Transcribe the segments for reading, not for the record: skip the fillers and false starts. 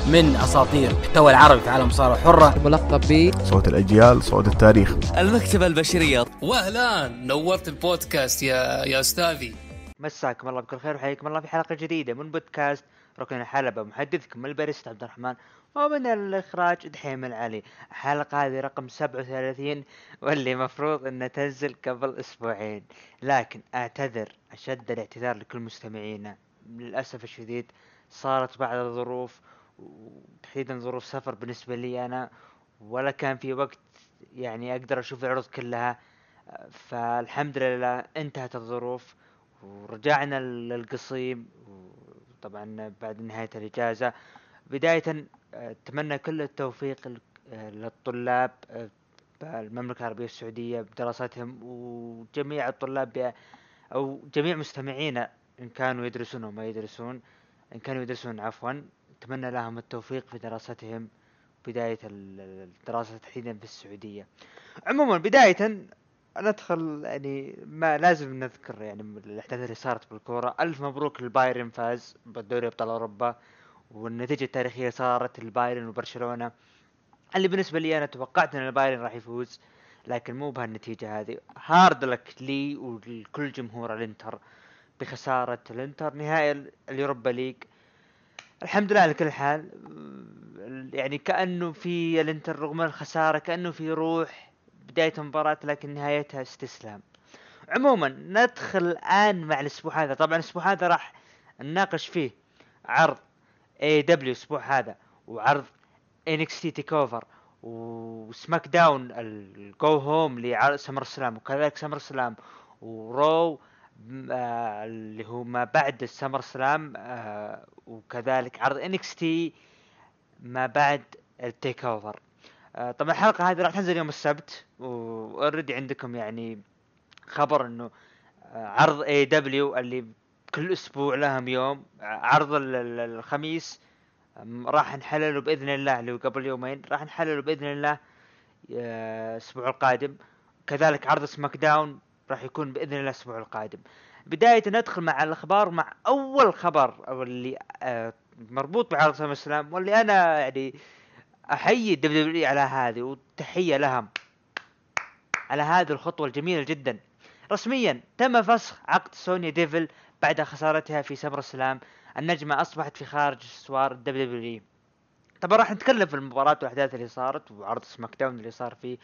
من أساطير المحتوى العربي في عالم المصارعة الحرة، ملقب ب صوت الأجيال، صوت التاريخ، المكتبة البشرية. وأهلا، نورت البودكاست يا أستاذي. مساكم الله بكل خير وحياكم الله في حلقة جديدة من بودكاست ركن الحلبة. محدثكم الباريست عبد الرحمن، ومن الإخراج دحيم العلي. الحلقة هذه رقم 37 واللي مفروض أن تنزل قبل أسبوعين، لكن أعتذر أشد الاعتذار لكل مستمعينا. للأسف الشديد صارت بعض الظروف، وتحديدا ظروف سفر بالنسبة لي أنا، ولا كان في وقت يعني أقدر أشوف العروض كلها. فالحمد لله انتهت الظروف ورجعنا للقصيم، وطبعا بعد نهاية الإجازة. بداية أتمنى كل التوفيق للطلاب بالمملكة العربية السعودية بدراستهم، وجميع الطلاب أو جميع مستمعينا إن كانوا يدرسون أو ما يدرسون، إن كانوا يدرسون عفوا، أتمنى لهم التوفيق في دراستهم، بداية الدراسة تحديدا في السعودية. عموما بداية ندخل، يعني ما لازم نذكر يعني الاحداث اللي صارت بالكوره. الف مبروك للبايرن، فاز بدوري ابطال اوروبا، والنتيجه التاريخيه صارت البايرن وبرشلونه، اللي بالنسبه لي انا توقعت ان البايرن راح يفوز، لكن مو بهالنتيجه هذه. هارد لك لي ولكل جمهور الانتر بخساره الانتر نهائي اليوروبا ليج. الحمد لله على كل حال، يعني كأنه في الانتر رغم الخسارة كأنه في روح بداية المباراة، لكن نهايتها استسلام. عموما ندخل الآن مع الأسبوع هذا. طبعا الأسبوع هذا راح نناقش فيه عرض AW الأسبوع هذا، وعرض NXT تيكوفر، وسماك داون الجو هوم لسمر سلام، وكذلك سمر سلام ورو اللي هو ما بعد السمر سلام، وكذلك عرض NXT ما بعد التيك اوفر. طبعا الحلقة هذه راح تنزل يوم السبت، واوريدي عندكم يعني خبر انه عرض AW اللي كل اسبوع لهم يوم، عرض الخميس راح نحلله باذن الله، اللي قبل يومين راح نحلله باذن الله الاسبوع القادم. كذلك عرض سماك داون راح يكون باذن الله الاسبوع القادم. بداية ندخل مع الاخبار، مع اول خبر او اللي مربوط بعرض سمر السلام، واللي انا يعني احيي الدبليو على هذه، وتحية لهم على هذه الخطوة الجميلة جدا. رسميا تم فسخ عقد سونيا ديفل بعد خسارتها في سمر السلام. النجمة اصبحت في خارج اسوار الدبليو. طبعا راح نتكلم في المباراة والاحداث اللي صارت وعرض سماك داون اللي صار فيه.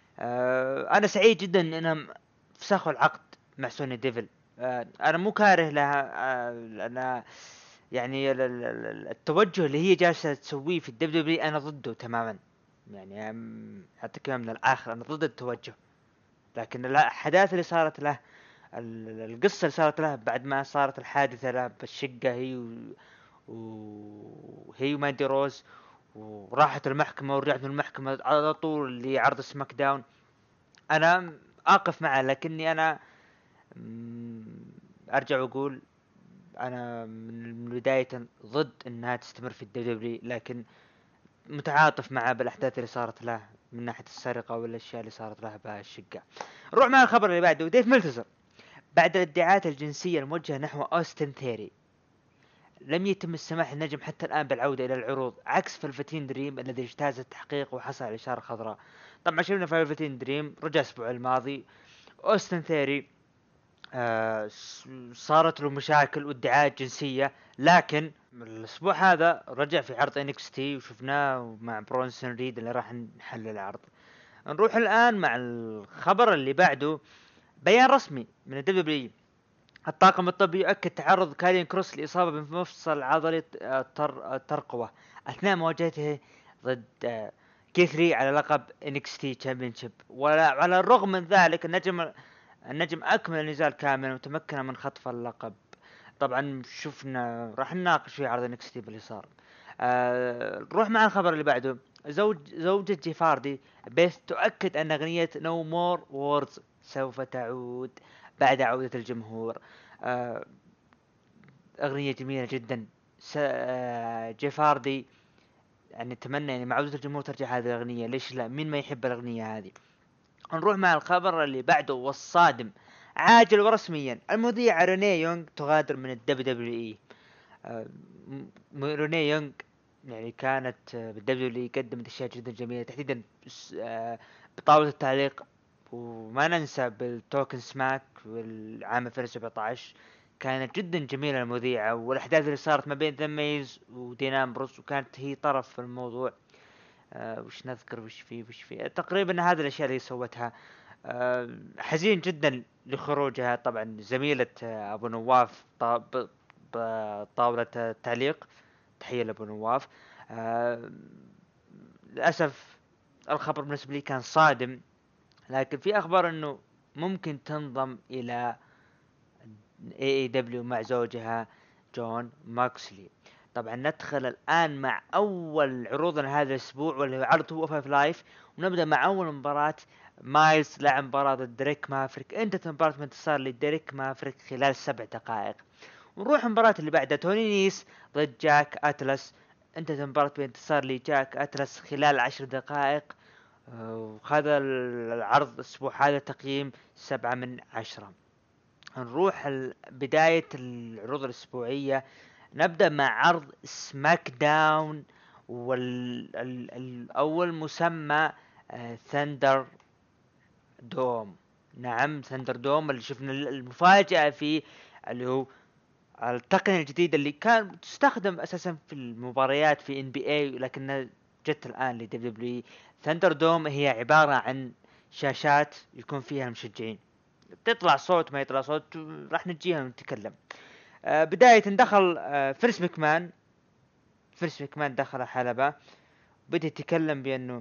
انا سعيد جدا انهم فسخوا العقد مع سوني ديفل. انا مو كاره لها، انا يعني التوجه اللي هي جالسه تسويه في الدبليو انا ضده تماما. يعني اعطيك من الاخر انا ضد التوجه، لكن الاحداث اللي صارت له، القصه اللي صارت له بعد ما صارت الحادثه له بالشقه، وهي وماندي روز، وراحت المحكمة ورجعت من المحكمة على طول لعرض سماك داون، أنا أقف معه. لكني أنا أرجع وأقول أنا من بداية ضد أنها تستمر في الدبليو، لكن متعاطف معه بالأحداث اللي صارت له من ناحية السرقة والأشياء اللي صارت له بالشقة. نروح مع الخبر اللي بعده. ديف ميلتزر بعد الادعاءات الجنسية الموجهة نحو أوستن ثيري، لم يتم السماح للنجم حتى الآن بالعودة إلى العروض، عكس فلفتين دريم الذي اجتاز التحقيق وحصل على إشارة خضراء. طبعا شفنا فلفتين دريم رجع الأسبوع الماضي. أوستن ثيري صارت له مشاكل وادعاءات جنسية، لكن الأسبوع هذا رجع في عرض NXT وشفناه مع برونسون ريد اللي راح نحل العرض. نروح الآن مع الخبر اللي بعده. بيان رسمي من الدبليو، الطاقم الطبي يؤكد تعرض كارين كروس لإصابة بمفصل عضلي ترقوة أثناء مواجهته ضد كيثري على لقب NXT Championship. وعلى الرغم من ذلك النجم أكمل النزال كاملا وتمكن من خطف اللقب. طبعا شفنا راح نناقش في عرض NXT باللي صار. نروح مع الخبر اللي بعده. زوجة جيفاردي بيث تؤكد أن أغنية No More Words سوف تعود بعد عودة الجمهور. أغنية جميلة جدا. جيفاردي يعني نتمنى يعني مع عودة الجمهور ترجع هذه الأغنية، ليش لا؟ مين ما يحب الأغنية هذه. نروح مع الخبر اللي بعده والصادم. عاجل ورسميا المذيعة رينيه يونغ تغادر من الدبليو. رينيه يونغ يعني كانت بالدبليو اللي قدمت اشياء جدا جميله تحديدا بطاوله التعليق. وما ننسى بالتوكن سماك والعام 2017 كانت جدا جميله المذيعه، والاحداث اللي صارت ما بين ذا ميز ودين امبروس وكانت هي طرف في الموضوع. وش نذكر وش في تقريبا هذه الاشياء اللي سوتها. حزين جدا لخروجها طبعا زميلة ابو نواف بطاولة التعليق. تحية لابو نواف. للأسف الخبر بالنسبة لي كان صادم، لكن في اخبار انه ممكن تنضم الى AEW مع زوجها جون ماكسلي. طبعا ندخل الان مع اول عروضنا هذا الاسبوع واللي هو عرض 205 لايف، ونبدا مع اول مباراة. مايلز لعب مباراة ضد ديريك مافريك، انتهت مباراة بانتصار لديريك مافريك خلال 7 دقائق. ونروح المباراة اللي بعدها توني نيس ضد جاك اتلس، انتهت المباراة بانتصار لجاك اتلس خلال 10 دقائق. وهذا العرض الاسبوع هذا تقييم 7/10. نروح بداية العروض الأسبوعية، نبدأ مع عرض سماك داون والأول مسمى ثندر دوم. نعم ثندر دوم اللي شفنا المفاجأة فيه، اللي هو التقنية الجديدة اللي كان تستخدم أساسا في المباريات في NBA لكنها جت الآن لدبليو. ثندر دوم هي عبارة عن شاشات يكون فيها المشجعين، تطلع صوت ما يطلع صوت راح نجيها ونتكلم. بداية دخل فيرس مكمان دخل حلبة، بدأ يتكلم بأنه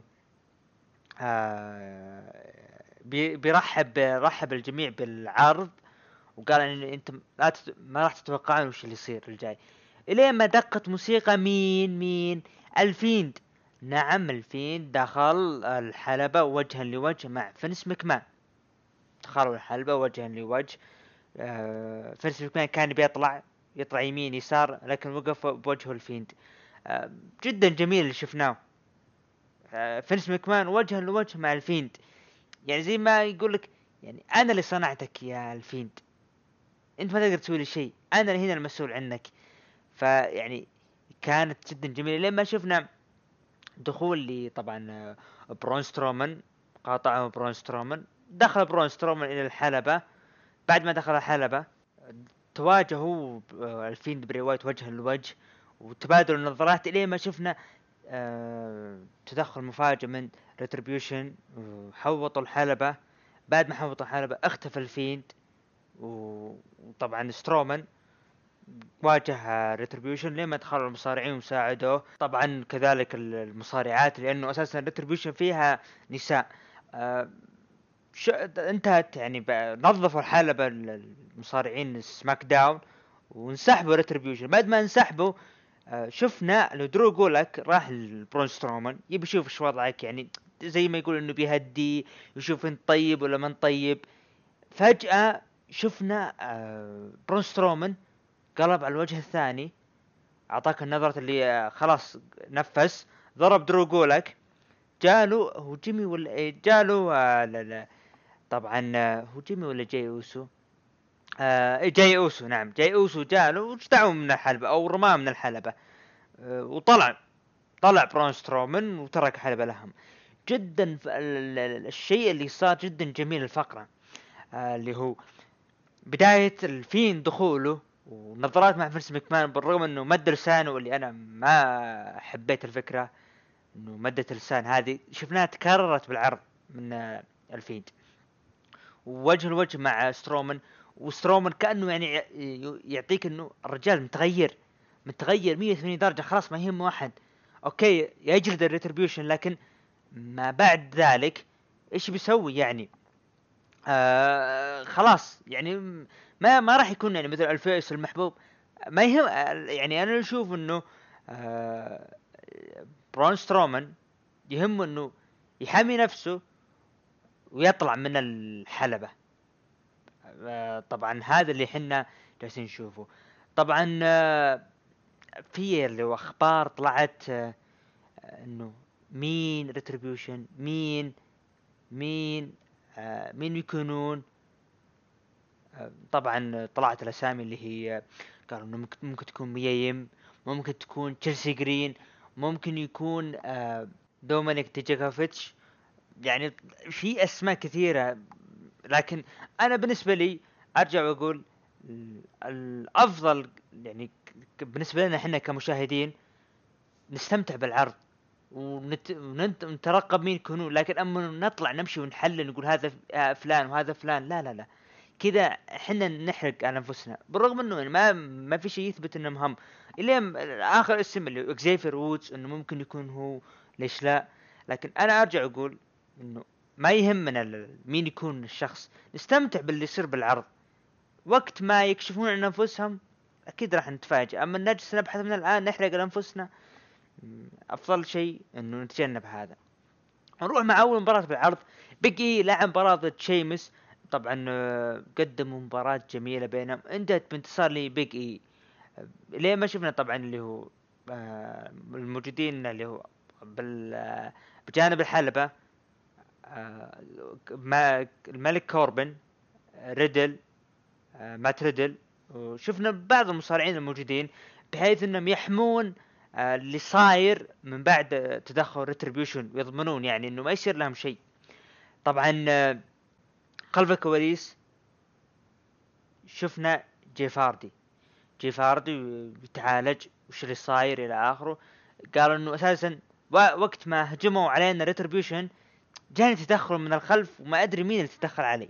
رحب الجميع بالعرض، وقال ان انت ما راح تتوقعون وش اللي يصير الجاي. الين ما دقت موسيقى مين الفيند. نعم الفيند دخل الحلبة وجها لوجه مع فينس مكمان. دخلوا الحلبة وجها لوجه. فينس مكمان كان بيطلع يمين يسار لكن وقف بوجهه الفيند. جدا جميل اللي شفناه. فينس مكمان وجها لوجه مع الفيند، يعني زي ما يقولك يعني انا اللي صنعتك يا الفيند، انت ما تقدر تسوي لي شيء، انا هنا المسؤول عنك. فيعني كانت جدا جميله لما شفنا دخول لي طبعا برون سترومان. قاطعه برون سترومان، دخل برون سترومان الى الحلبة. بعد ما دخل الحلبة تواجهوا الفيند بري وايت وجها لوجه، وتبادلوا النظرات الين ما شفنا تدخل مفاجئ من ريتريبيوشن وحوطوا الحلبة. بعد ما حوطوا الحلبة اختفى الفيند، وطبعا سترومان واجه ريتريبيوشن لما دخلوا المصارعين وساعدوه. طبعا كذلك المصارعات لانه اساسا ريتريبيوشن فيها نساء. انتهت يعني نظفوا الحلبة المصارعين سماك داون وانسحبوا ريتريبيوشن. بعد ما انسحبوا شفنا لو درو جولك راح البرون سترومان يبي يشوف ايش وضعك، يعني زي ما يقول انه بيهدي يشوف انت طيب ولا من طيب. فجأة شفنا برون سترومان قلب على الوجه الثاني، اعطاك النظرة اللي خلاص نفس، ضرب درو جولك. جاله هو جيمي ولا جاله لا لا طبعا هو جيمي ولا جاي اوسو. جاي اوسو، نعم جاي اوسو جاله واجتاعوا من الحلبة او رماه من الحلبة. وطلع برون سترومان وترك الحلبة لهم. جدا الشيء اللي صار جدا جميل الفقرة اللي هو بداية الفين دخوله ونظرات مع فينس مكمان، بالرغم انه مد لسانه واللي انا ما حبيت الفكرة انه مدة اللسان هذه شفناها تكررت بالعرض من الفيد. ووجه الوجه مع سترومان، وسترومان كأنه يعني يعطيك انه الرجال متغير 180 درجة، خلاص ما يهم واحد. اوكي يجلد الريتريبيوشن لكن ما بعد ذلك ايش بيسوي يعني؟ خلاص يعني ما راح يكون يعني مثل الفيس المحبوب. ما يهم يعني انا اشوف انه برون سترومان يهمه انه يحمي نفسه ويطلع من الحلبة. طبعا هذا اللي حنا جالسين نشوفه. طبعا في اللي اخبار طلعت انه مين ريتريبيوشن مين يكونون. طبعا طلعت الاسامي اللي هي قالوا انه ممكن تكون ميم، ممكن تكون تشيلسي جرين، ممكن يكون دومينيك ديجاكوفيتش، يعني في اسماء كثيرة. لكن انا بالنسبة لي ارجع واقول الافضل يعني بالنسبة لنا احنا كمشاهدين نستمتع بالعرض ونترقب مين يكونون، لكن اما نطلع نمشي ونحلل نقول هذا فلان وهذا فلان، لا لا لا، كذا احنا نحرق على انفسنا. بالرغم انه يعني ما في شيء يثبت انه مهم. الين اخر اسم اللي اكزيفير وودز انه ممكن يكون هو، ليش لا؟ لكن انا ارجع اقول انه ما يهمنا مين يكون الشخص، نستمتع باللي يصير بالعرض. وقت ما يكشفون عن انفسهم اكيد راح نتفاجئ، اما نجلس نبحث من الان نحرق على انفسنا، افضل شيء انه نتجنب هذا. نروح مع اول مباراة بالعرض. بيجي لعب مباراة ضد شيمس. طبعا قدموا مباراة جميلة بينهم، انتهت بانتصار لبيج اي. ليه ما شفنا طبعا اللي هو الموجودين اللي هو بجانب الحلبة، الملك كوربن، ريدل، مات ريدل، وشفنا بعض المصارعين الموجودين بحيث انهم يحمون اللي صاير من بعد تدخل ريتريبيوشن، ويضمنون يعني انه ما يصير لهم شيء. طبعا خلف الكواليس شفنا جيفاردي بيتعالج وش اللي صاير الى اخره. قالوا انه اساسا وقت ما هجموا علينا ريتريبيوشن جاني تدخل من الخلف وما ادري مين اللي تدخل علي.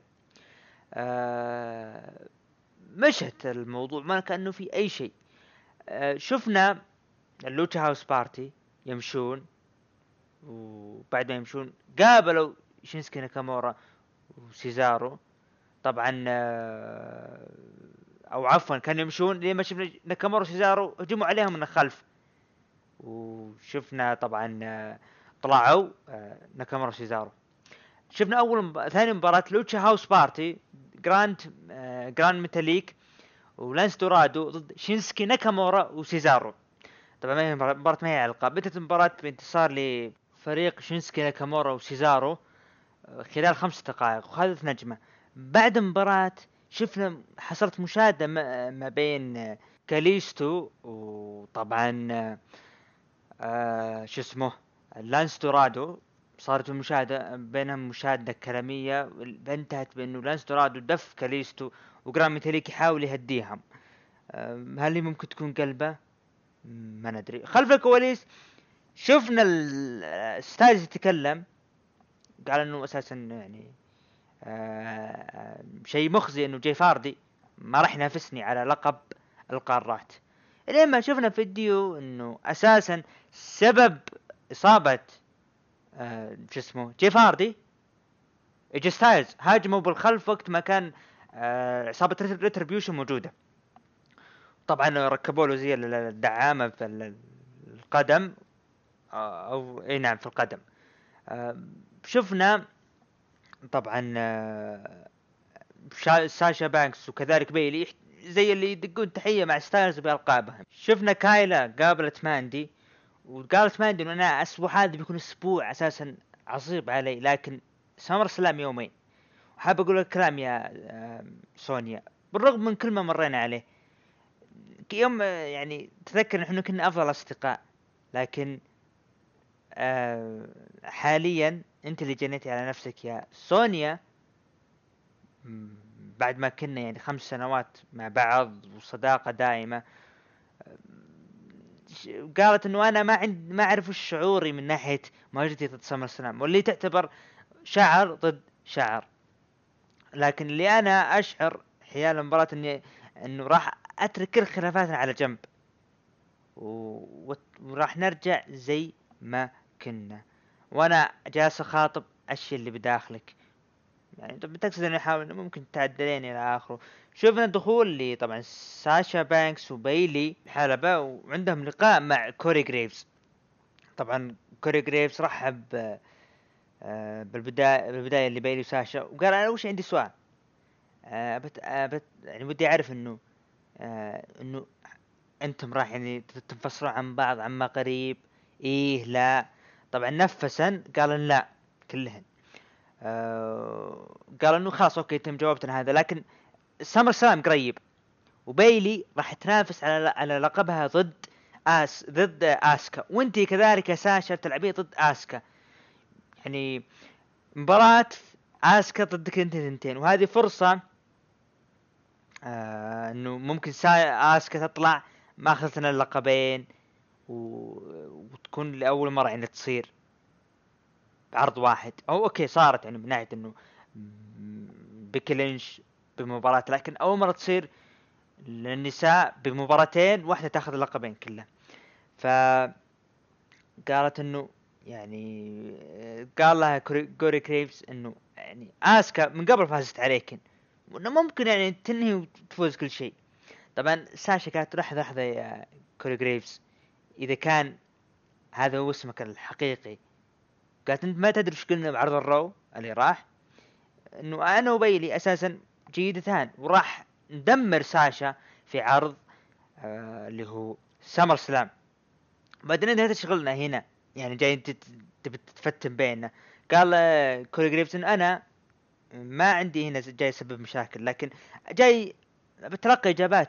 مشت الموضوع ما كأنه في اي شيء. شفنا اللوتشا هاوس بارتي يمشون، وبعد ما يمشون قابلوا شينسكي ناكامورا وسيزارو. طبعا او عفوا كانوا يمشون لين ما شفنا ناكامورا وسيزارو هجموا عليهم من الخلف، وشفنا طبعا طلعوا ناكامورا وسيزارو. شفنا ثاني مباراة لوتشا هاوس بارتي، جراند ميتاليك ولانس دورادو ضد شينسكي ناكامورا وسيزارو. طبعا ما هي مباراة، ما هي على القاب. بدأت المباراة بانتصار لفريق شينسكي ناكامورا وسيزارو خلال 5 دقائق وخذت نجمة. بعد المباراة شفنا حصلت مشاهدة ما بين كاليستو وطبعا شو اسمه لانس دورادو. صارت المشاهدة بينهم مشاهدة كلامية انتهت بأنه لانس دورادو دف كاليستو وجرام ميتاليك يحاول يهديهم. هل هي ممكن تكون قلبه؟ ما ندري. خلف الكواليس شفنا الستايلز يتكلم، قال انه اساسا يعني شيء مخزي انه جيفاردي ما راح ينافسني على لقب القارات. لما شفنا فيديو انه اساسا سبب اصابة شو اسمه جيفاردي ايجي ستايلز هاجموا بالخلف وقت ما كان اصابة ريتريبيوشن موجودة. طبعا ركبوا له زي الدعامة في القدم، او اي نعم في القدم. شفنا طبعا ساشا بانكس وكذلك بيلي زي اللي يدقون تحية مع ستايلز بألقابهم. شفنا كايلا قابلت ماندي، وقالت ماندي انه انا اسبوع هذا بيكون اسبوع اساسا عصيب علي، لكن سمر سلام يومين. وحاب اقول لك كلام يا سونيا، بالرغم من كل ما مرينا عليه يوم يعني تذكر نحن كنا افضل اصدقاء، لكن حاليا انت اللي جنيتي على نفسك يا سونيا بعد ما كنا يعني 5 سنوات مع بعض وصداقة دائمة. قالت انه انا ما اعرف وش شعوري من ناحية مواجهتي ضد سمر سلام، واللي تعتبر شعر ضد شعر. لكن اللي انا اشعر حيال المباراة انه راح اترك كل خلافاتنا على جنب وراح نرجع زي ما كنا، وانا جالس اخاطب الشيء اللي بداخلك. يعني انت بتقصد انه يحاول ممكن تعدلين الى اخره. شوفنا دخول لي طبعا ساشا بانكس وبايلي الحلبة، وعندهم لقاء مع كوري جريفز. طبعا كوري جريفز رحب بالبداية اللي بايلي وساشا، وقال انا وش عندي سؤال، يعني ودي اعرف انه انتم راح يعني تنفصلوا عن بعض عما قريب؟ ايه لا. طبعا نفسا قال لا كلهن. قال انه خلاص اوكي تم جاوبتنا هذا، لكن سمر سلام قريب وبايلي راح تنافس على لقبها ضد ضد اسكا، وانتي كذلك يا ساشا تلعبين ضد اسكا. يعني مباراة اسكا ضدك انت ثنتين، وهذه فرصة انه ممكن اسكا تطلع ماخذتنا اللقبين وتكون لاول مرة يعني تصير بعرض واحد، او اوكي صارت يعني من ناحية انه بكلينش بمباراة، لكن اول مرة تصير للنساء بمباراتين واحدة تاخذ اللقبين كلها. فقالت انه يعني قال لها كوري كريفز انه يعني اسكا من قبل فازت عليكن، وانه ممكن يعني تنهي وتفوز كل شيء. طبعا ساشا كانت لحظة يا كوري كريفز، اذا كان هذا هو اسمك الحقيقي. قالت انت ما تدري ايش قلنا بعرض الرو اللي راح، انه انا وبيلي اساسا جيدتان وراح ندمر ساشا في عرض اللي هو سامر سلام. بعدين انت تشغلنا هنا يعني جاي تبي تتفتن بيننا. قال كوري جريفز انه انا ما عندي هنا جاي اسبب مشاكل، لكن جاي بتلقى اجابات.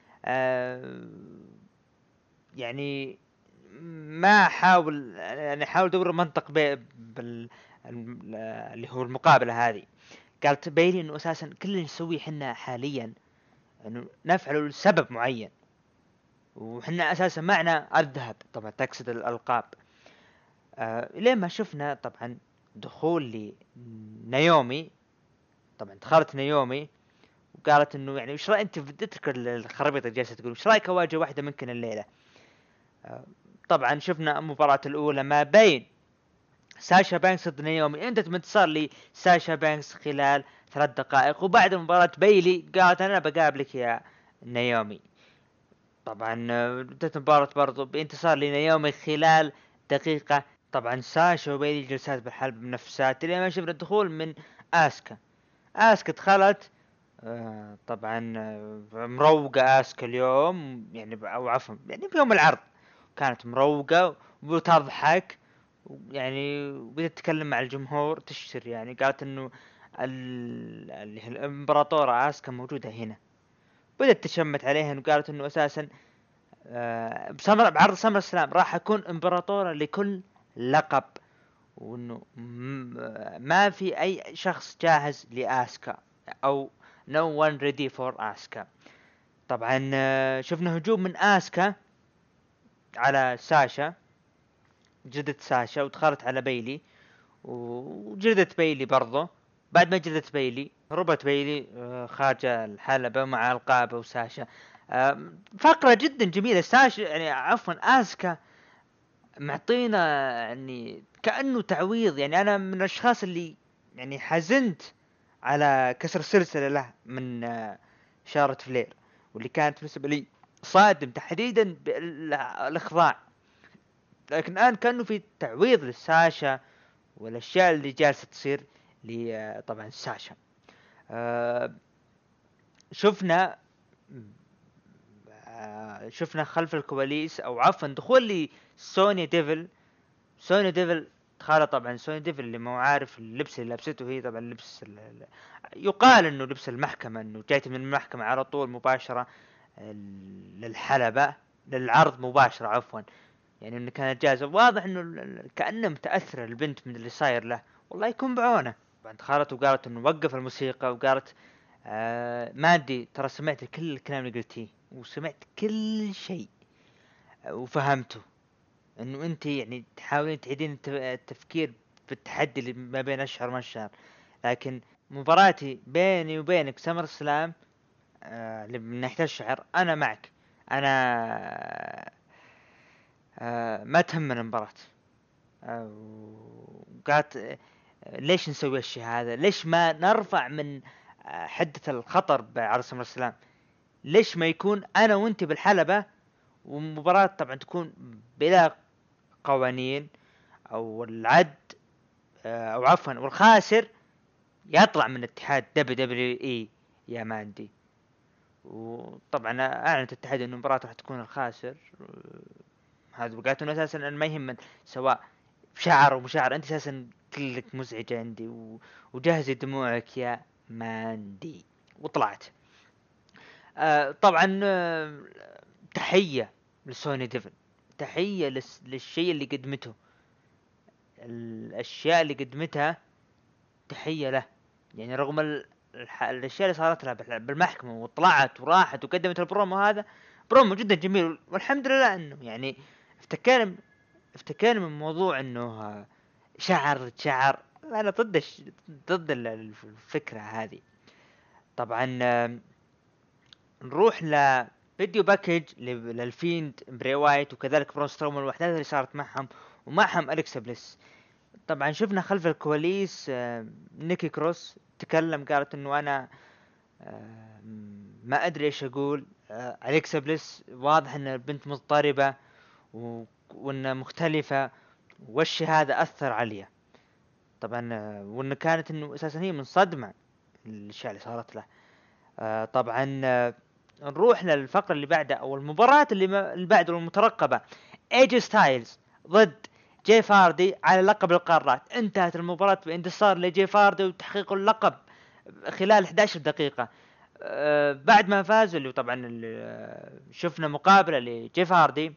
يعني ما احاول يعني احاول ادور منطق اللي هو المقابله هذه. قالت بيلي انه اساسا كل اللي نسويه حنا حاليا انه نفعله لسبب معين، وحنا اساسا معنا الذهب، طبعا تقصد الالقاب. لين ما شفنا طبعا دخول لنايومي. طبعا دخلت نايومي وقالت انه يعني وش رايك انت تذكر الخرابيط اللي جالسه تقول وش رايك اواجه واحده منكن الليله. طبعا شفنا المباراة الاولى ما بين ساشا بانكس ضد نايومي، انت انتصار لي ساشا بانكس خلال 3 دقائق، وبعد مباراة بيلي قالت انا بقابلك يا نايومي. طبعا بدأت مباراة برضو بانتصار لنايومي خلال دقيقة. طبعا ساشا وبيلي جلسات بالحلب بنفسات لين ما شفنا الدخول من اسكا. اسكا دخلت طبعا مروقة اسكا اليوم يعني او عفوا يعني بيوم العرض كانت مروقة وتضحك يعني وبدأت تتكلم مع الجمهور تشتر. يعني قالت انه اللي هي الامبراطورة اسكا موجودة هنا. بدأت تشمت عليها وقالت انه اساسا بعرض سمر سلام راح اكون امبراطورة لكل لقب، وانه ما في اي شخص جاهز لاسكا او no one ready for اسكا. طبعا شفنا هجوم من اسكا على ساشا، جلدت ساشا ودخلت على بيلي وجلدت بيلي برضه. بعد ما جلدت بيلي ربط بيلي خارج الحلبة مع القابة وساشا. فقرة جدا جميلة. ساشا يعني عفوا اسكا معطينا يعني كأنه تعويض. يعني انا من الاشخاص اللي يعني حزنت على كسر سلسلة له من شارلوت فلير، واللي كانت بالنسبة لي صادم تحديدا بالاخضاع، لكن الان كأنه في تعويض لساشا والاشياء اللي جالسة تصير لي. طبعا ساشا شفنا شفنا خلف الكواليس او عفوا دخول لي سوني ديفل. سوني ديفل دخلت. طبعا سوني ديفل اللي مو عارف اللبس اللي لبسته هي طبعا لبس يقال انه لبس المحكمة، انه جايت من المحكمة على طول مباشرة للحلبة للعرض مباشرة عفوا. يعني انه كانت جاهزة، واضح انه كأنه متأثرة البنت من اللي صاير له، والله يكون بعونه. طبعا دخلت وقالت انه وقف الموسيقى وقالت مادي ترى سمعت كل الكلام اللي قلتيه وسمعت كل شيء وفهمته، انه انت يعني تحاولين تعيدين التفكير بالتحدي اللي ما بين اشهر واشهر، لكن مباراتي بيني وبينك سمر سلام اللي من ناحية الشعر انا معك. انا ما تهمنا المباراة. قالت ليش نسوي الشيء هذا؟ ليش ما نرفع من حدة الخطر بعرض سمر السلام؟ ليش ما يكون انا وانت بالحلبة ومباراة طبعا تكون بلا قوانين او العد او عفوا والخاسر يطلع من اتحاد دبليو اي يا ماندي. وطبعا اعلنت الاتحاد انه المباراة راح تكون الخاسر. هذا بقات انه اساسا ما يهم سواء شعر ومشاعر، انت اساسا كلك مزعجة عندي وجهزي دموعك يا ماندي. وطلعت طبعا تحية لسوني ديفل. تحية للشيء اللي قدمته، الاشياء اللي قدمتها تحية له. يعني رغم الاشياء اللي صارت لها بالمحكمة وطلعت وراحت وقدمت البرومو، هذا برومو جدا جميل، والحمد لله انه يعني افتكرنا من موضوع انه شعر. انا ضد الفكرة هذه. طبعا نروح لفيديو باكج للفيند بري وايت وكذلك برون سترومان والاحداث اللي صارت ومعهم أليكسا بليس. طبعا شفنا خلف الكواليس نيكي كروس تكلم، قالت انه انا ما ادري ايش اقول. أليكسا بليس واضح ان البنت مضطربة وانها مختلفة، والشي هذا اثر عليها طبعا. وان كانت انه اساسا هي منصدمة الاشياء اللي صارت له. طبعا نروح للفقرة اللي بعدها او المباراة اللي بعد المترقبة، ايجي ستايلز ضد جيف هاردي على لقب القارات. انتهت المباراة بانتصار لجيف هاردي وتحقيق اللقب خلال 11 دقيقة. بعد ما فازوا، اللي طبعا شفنا مقابلة لجيف هاردي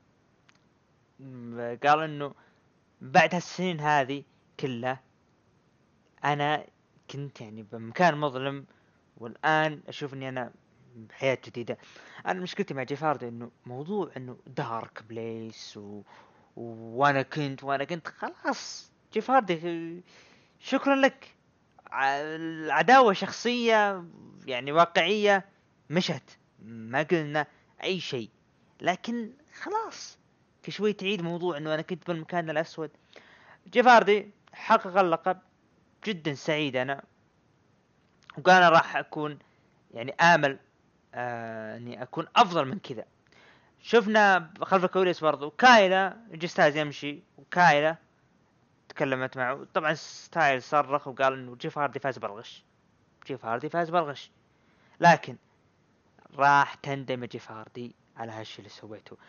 قال انه بعد هالسنين هذه كلها انا كنت يعني بمكان مظلم، والان اشوف اني انا بحياة جديدة. انا مشكلتي مع جيف هاردي انه موضوع انه دارك بليس وانا كنت خلاص. جيف هاردي شكرا لك، العداوة شخصية يعني واقعية مشت، ما قلنا اي شيء، لكن خلاص في شوي تعيد موضوع انه انا كنت بالمكان الاسود. جيف هاردي حقق اللقب، جدا سعيد انا، وقال راح اكون يعني امل اني اكون افضل من كذا. شفنا خلف الكواليس برضو كايلا جستاز يمشي، وكايلا تكلمت معه. طبعا ستايل صرخ وقال انه جيف هاردي فاز بالغش، لكن راح تندم جيف هاردي على هالشي اللي سويته.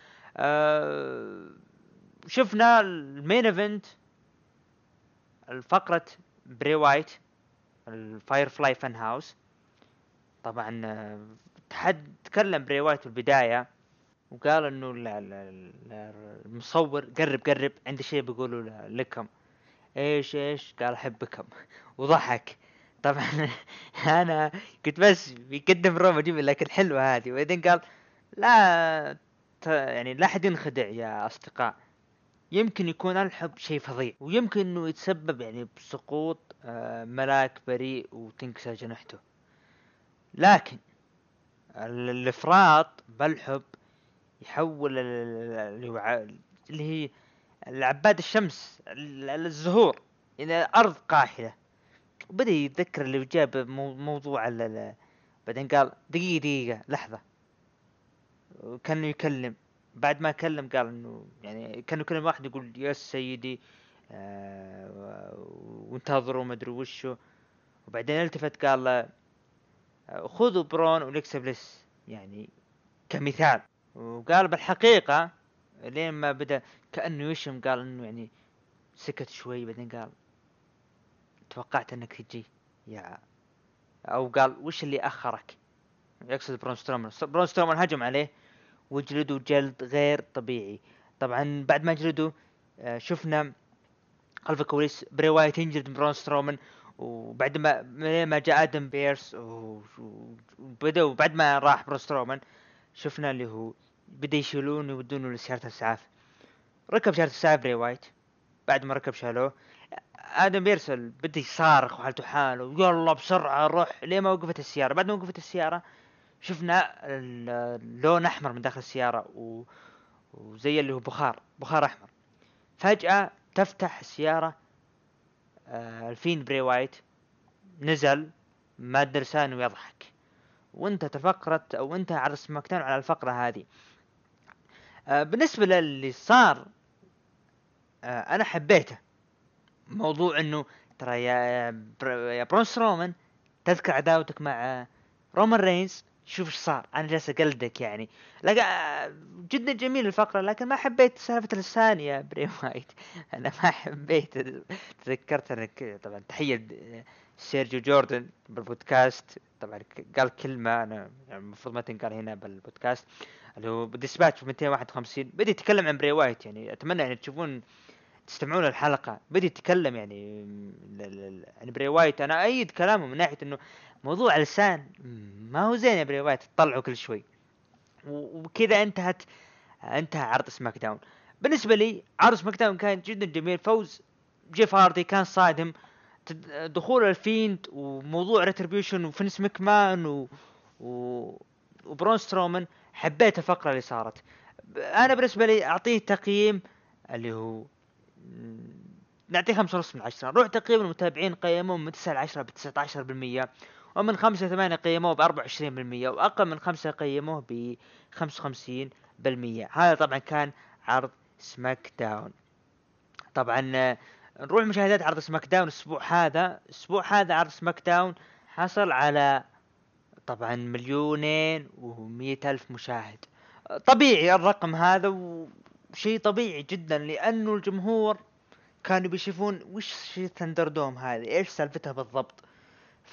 شفنا المين ايفنت، الفقرة بري وايت الفاير فلاي فان هاوس. طبعا تكلم بري وايت في البداية وقال انه المصور قرب عندي شيء بيقوله لكم. ايش قال احبكم وضحك. طبعا انا كنت بس بيقدم روما جيب لك الحلوة هذه، وبعدين قال لا يعني لا حد ينخدع يا اصدقاء، يمكن يكون الحب شيء فظيع، ويمكن انه يتسبب يعني بسقوط ملاك بريء وتنكسر جنحته، لكن الافراط بالحب يحول اللي هي العباد الشمس الزهور الى ارض قاحلة. وبدأ يتذكر اللي جاب موضوع بعدين قال دقيقة لحظة، كان يكلم. بعد ما كلم قال انه يعني كان يكلم واحد يقول يا سيدي وانتظروا ما ادري وشو، وبعدين التفت قال خذوا برون وليكسا بليس يعني كمثال. وقال بالحقيقة لين ما بدأ كأنه يشم، قال انه يعني سكت شوي، بعدين قال توقعت انك تجي يا، او قال وش اللي اخرك، يقصد برون سترومان هجم عليه وجلده جلد غير طبيعي. طبعا بعد ما جلده شفنا خلف الكواليس بري وايت ينجلد برون سترومان، وبعد ما جاء ادم بيرس وبدأوا بعد ما راح برون سترومان شفنا اللي هو بدأ يشيلون ويودونه لسيارة الإسعاف. ركب سيارة الإسعاف بري وايت، بعد ما ركب شالوه. ادم بيرسل بدأ يصارخ وحالته حاله يلا بسرعة روح، ليه ما وقفت السيارة. بعد ما وقفت السيارة شفنا اللون احمر من داخل السيارة وزي اللي هو بخار احمر. فجأة تفتح السيارة، الفين بري وايت نزل ماد لسانه ويضحك، وانت تفكرت او انت على سماكداون على الفقرة هذه. بالنسبة للي صار انا حبيته، موضوع انه ترى يا برون سترومان تذكر عداوتك مع رومان رينز، شوف ايش صار، انا جالس اقلدك يعني. لقى جدا جميل الفقرة، لكن ما حبيت سالفة اللسان يا بري وايت. انا ما حبيت، تذكرت انك طبعا تحية سيرجيو جوردن بالبودكاست. طبعا قال كلمة أنا يعني المفروض ما تنقال هنا بالبودكاست، اللي هو ديسباتش 251. بدي يتكلم عن بري وايت، يعني أتمنى يعني تستمعون للحلقة. بدي يتكلم يعني عن بري وايت. أنا أيد كلامه من ناحية إنه موضوع لسان ما هو زين يا بري وايت تطلعه كل شوي، وكذا انتهى عرض سماك داون. بالنسبة لي عرض سماك داون كان جدا جميل. فوز جيف هاردي كان صادم، دخول الفيند وموضوع ريتربيوشن وفينس مكمان و... وبرون سترومان. حبيت الفقرة اللي صارت. انا بالنسبة لي اعطيه تقييم اللي هو نعطيه 5.5 من 10. نروح تقييم المتابعين قيموه من 9 ل 10 ب 19%، ومن 5 ل 8 قيموه ب 24%، واقل من 5 قيموه ب 55%. هذا طبعا كان عرض سماك داون. طبعا نروح مشاهدات عرض سماك داون الاسبوع هذا عرض سماك داون حصل على طبعا 2,100,000 مشاهد. طبيعي الرقم هذا، وشيء طبيعي جدا لانه الجمهور كانوا بيشوفون وش ثندر دوم هذه، ايش سالفتها بالضبط. ف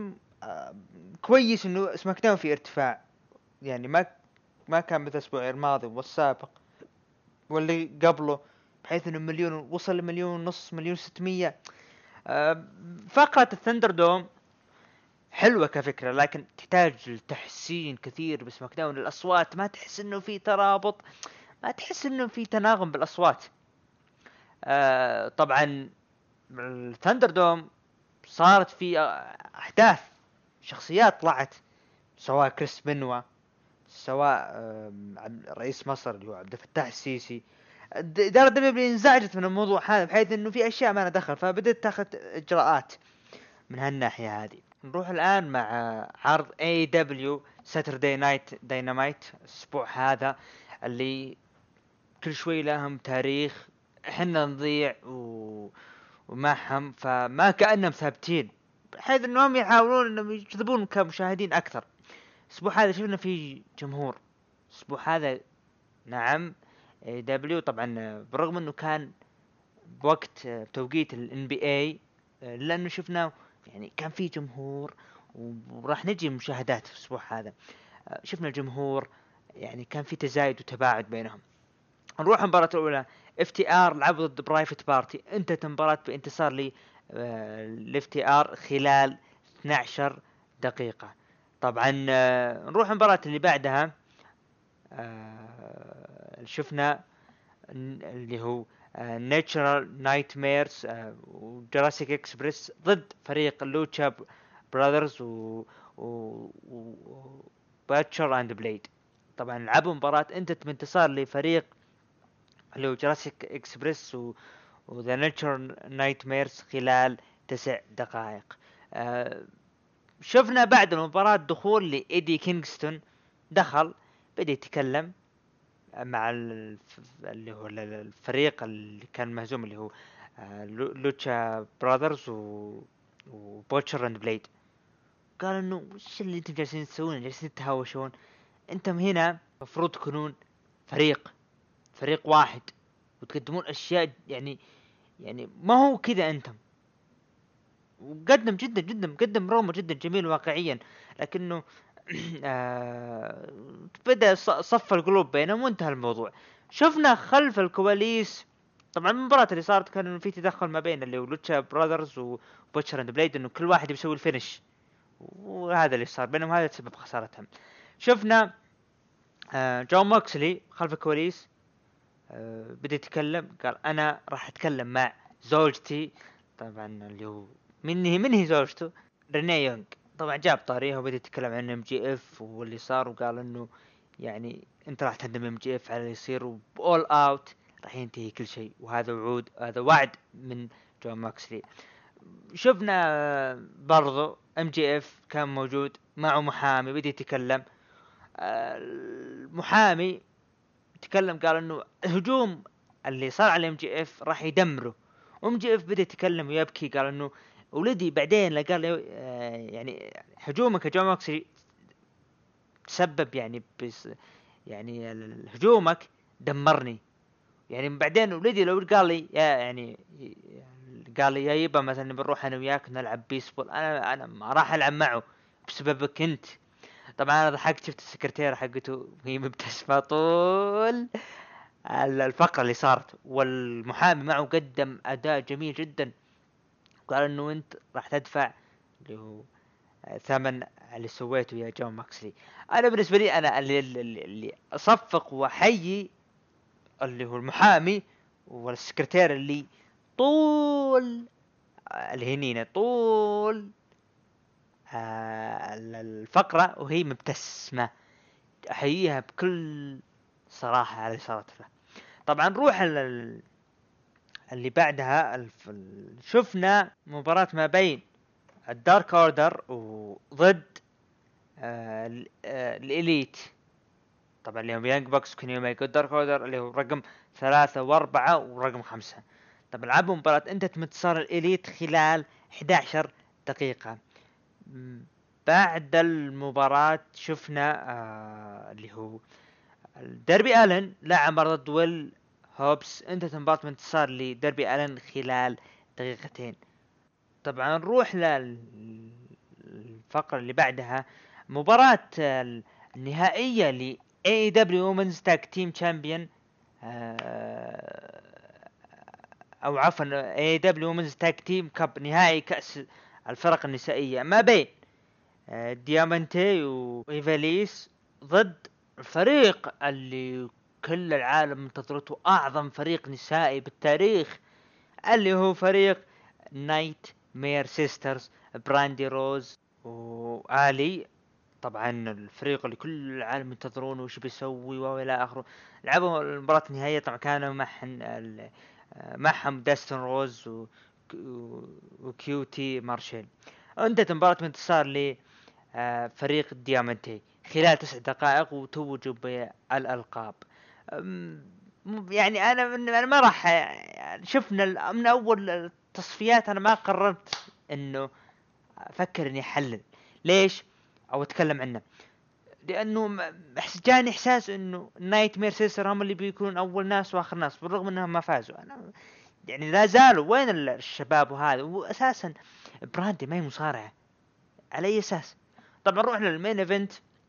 كويس انه سماك داون في ارتفاع، يعني ما كان مثل الاسبوع الماضي والسابق واللي قبله، بحيث انه مليون وصل ل1,500,000 1,600,000. فقرة الثندر دوم حلوة كفكرة، لكن تحتاج لتحسين كثير بسماك داون. الاصوات ما تحس انه في ترابط، ما تحس انه في تناغم بالاصوات. طبعا الثندر دوم صارت في احداث، شخصيات طلعت، سواء كريس بنوا، سواء رئيس مصر اللي هو عبد الفتاح السيسي. إدارة دبليو انزعجت من الموضوع هذا، بحيث انه في اشياء ما ندخل، فبدأت تاخذ اجراءات من هالناحية هذه. نروح الان مع عرض اي دبليو ساتردي نايت داينامايت الاسبوع هذا، اللي كل شوي لهم تاريخ احنا نضيع ومعهم، فما كأنهم ثابتين، بحيث انهم يحاولون انهم يجذبون كمشاهدين اكثر. الاسبوع هذا شفنا في جمهور. الاسبوع هذا نعم دبليو طبعا برغم انه كان بوقت توقيت الان بي اي، لانه شفنا يعني كان في جمهور، وراح نجي مشاهدات في الاسبوع هذا. شفنا الجمهور يعني كان في تزايد وتباعد بينهم. نروح المباراة الأولى، اف تي ار لعبوا ضد برايفت بارتي. انتهت المباراة بانتصار الاف تي ار خلال 12 دقيقة. طبعا نروح المباراة اللي بعدها. شفنا اللي هو ناتشرال نايت ميرز وجراسيك اكسبريس ضد فريق لوتشا براذرز و باتشر اند بليد. طبعا لعبوا مباراة انتهت بانتصار لفريق اللي هو جراسيك اكسبريس وذا ناتشر نايت ميرز خلال 9 دقائق. شفنا بعد المباراة دخول لإيدي كينغستون. دخل بدأ يتكلم مع اللي هو الفريق اللي كان مهزوم، اللي هو لوتشا براذرز وبوتشر اند بليد. قال انه وش اللي انتم جالسين تسوونه، جالسين تتهاوشون؟ انتم هنا مفروض تكونون فريق واحد وتقدمون اشياء، يعني ما هو كذا. انتم وقدم جدا مقدم رومو جدا جميل واقعيا، لكنه بدأ صف القلوب بينهم وانتهى الموضوع. شفنا خلف الكواليس طبعا المباراة اللي صارت كان في تدخل ما بين اللي هو لوتشا براذرز وبوتشر اند بليد، انه كل واحد يسوي الفينش، وهذا اللي صار بينهم، هذا سبب خسارتهم. شفنا جون موكسلي خلف الكواليس بدأ يتكلم، قال انا راح اتكلم مع زوجتي. طبعا اللي هو من هي زوجته؟ رينيه يونغ. طبعا جاب طاريها وبدأ يتكلم عن ام جي اف واللي صار، وقال انه يعني انت راح تهدم ام جي اف على اللي يصير، وبول اوت راح ينتهي كل شيء، وهذا وعود، هذا وعد من جون ماكسلي. شفنا برضو ام جي اف كان موجود معه محامي بدأ يتكلم. المحامي تكلم قال انه الهجوم اللي صار على ام جي اف راح يدمره. ام جي اف بدأ يتكلم ويبكي، قال انه ولدي بعدين لا قال يعني هجومك يا جون موكسلي تسبب يعني هجومك دمرني. يعني بعدين ولدي لو قال لي يعني قال لي يبا مثلا بنروح انا وياك نلعب بيسبول، انا ما راح العب معه بسببك انت. طبعا انا ضحكت، شفت السكرتيرة حقته وهي مبتسمة طول الفقرة اللي صارت، والمحامي معه قدم اداء جميل جدا، قال انه انت راح تدفع اللي هو ثمن اللي سويته يا جون ماكسلي. انا بالنسبة لي انا اللي اصفق واحيي اللي هو المحامي والسكرتير اللي طول الهنينة طول الفقرة وهي مبتسمة، احييها بكل صراحة على اللي صارت له. طبعا نروح اللي بعدها شفنا مباراة ما بين الدارك اوردر وضد الاليت، طبعا اللي هم يانج بوكس كوني اوميجا. الدارك اوردر اللي هو رقم 3 و4 ورقم 5. طبعا لعبوا مباراة انتهت انتصار الاليت خلال 11 دقيقة. بعد المباراة شفنا اللي هو ديربي ألن لعب ضد ويل هوبس، انتهت المباراة بانتصار لديربي ألن خلال دقيقتين. طبعا نروح للفقرة اللي بعدها، مباراة النهائية ل AEW Women's Tag Team Champion او عفوا AEW Women's Tag Team Cup، نهائي كأس الفرق النسائية ما بين ديامانتي وإيفاليس ضد الفريق اللي كل العالم منتظرته، أعظم فريق نسائي بالتاريخ، اللي هو فريق نايت مير سيسترز، براندي روز وآلي. طبعا الفريق اللي كل العالم ينتظرونه وش بيسوي والى اخره. لعبوا المباراة النهائية، طبعا كانوا معهم داستن روز وكيوتي مارشيل. انتهت المباراة بانتصار لفريق الديامانتي خلال 9 دقائق وتوجوا بالألقاب. يعني انا ما راح، شفنا من اول التصفيات انا ما قررت انه افكر اني احلل ليش او اتكلم عنه، لانه جاني احساس انه نايت مير سيستر هم اللي بيكونون اول ناس واخر ناس، بالرغم انهم ما فازوا. انا يعني لا زالوا وين الشباب وهذا، واساسا براندي ما هي مصارعة على اي اساس. طبعا نروح للمين ايفنت،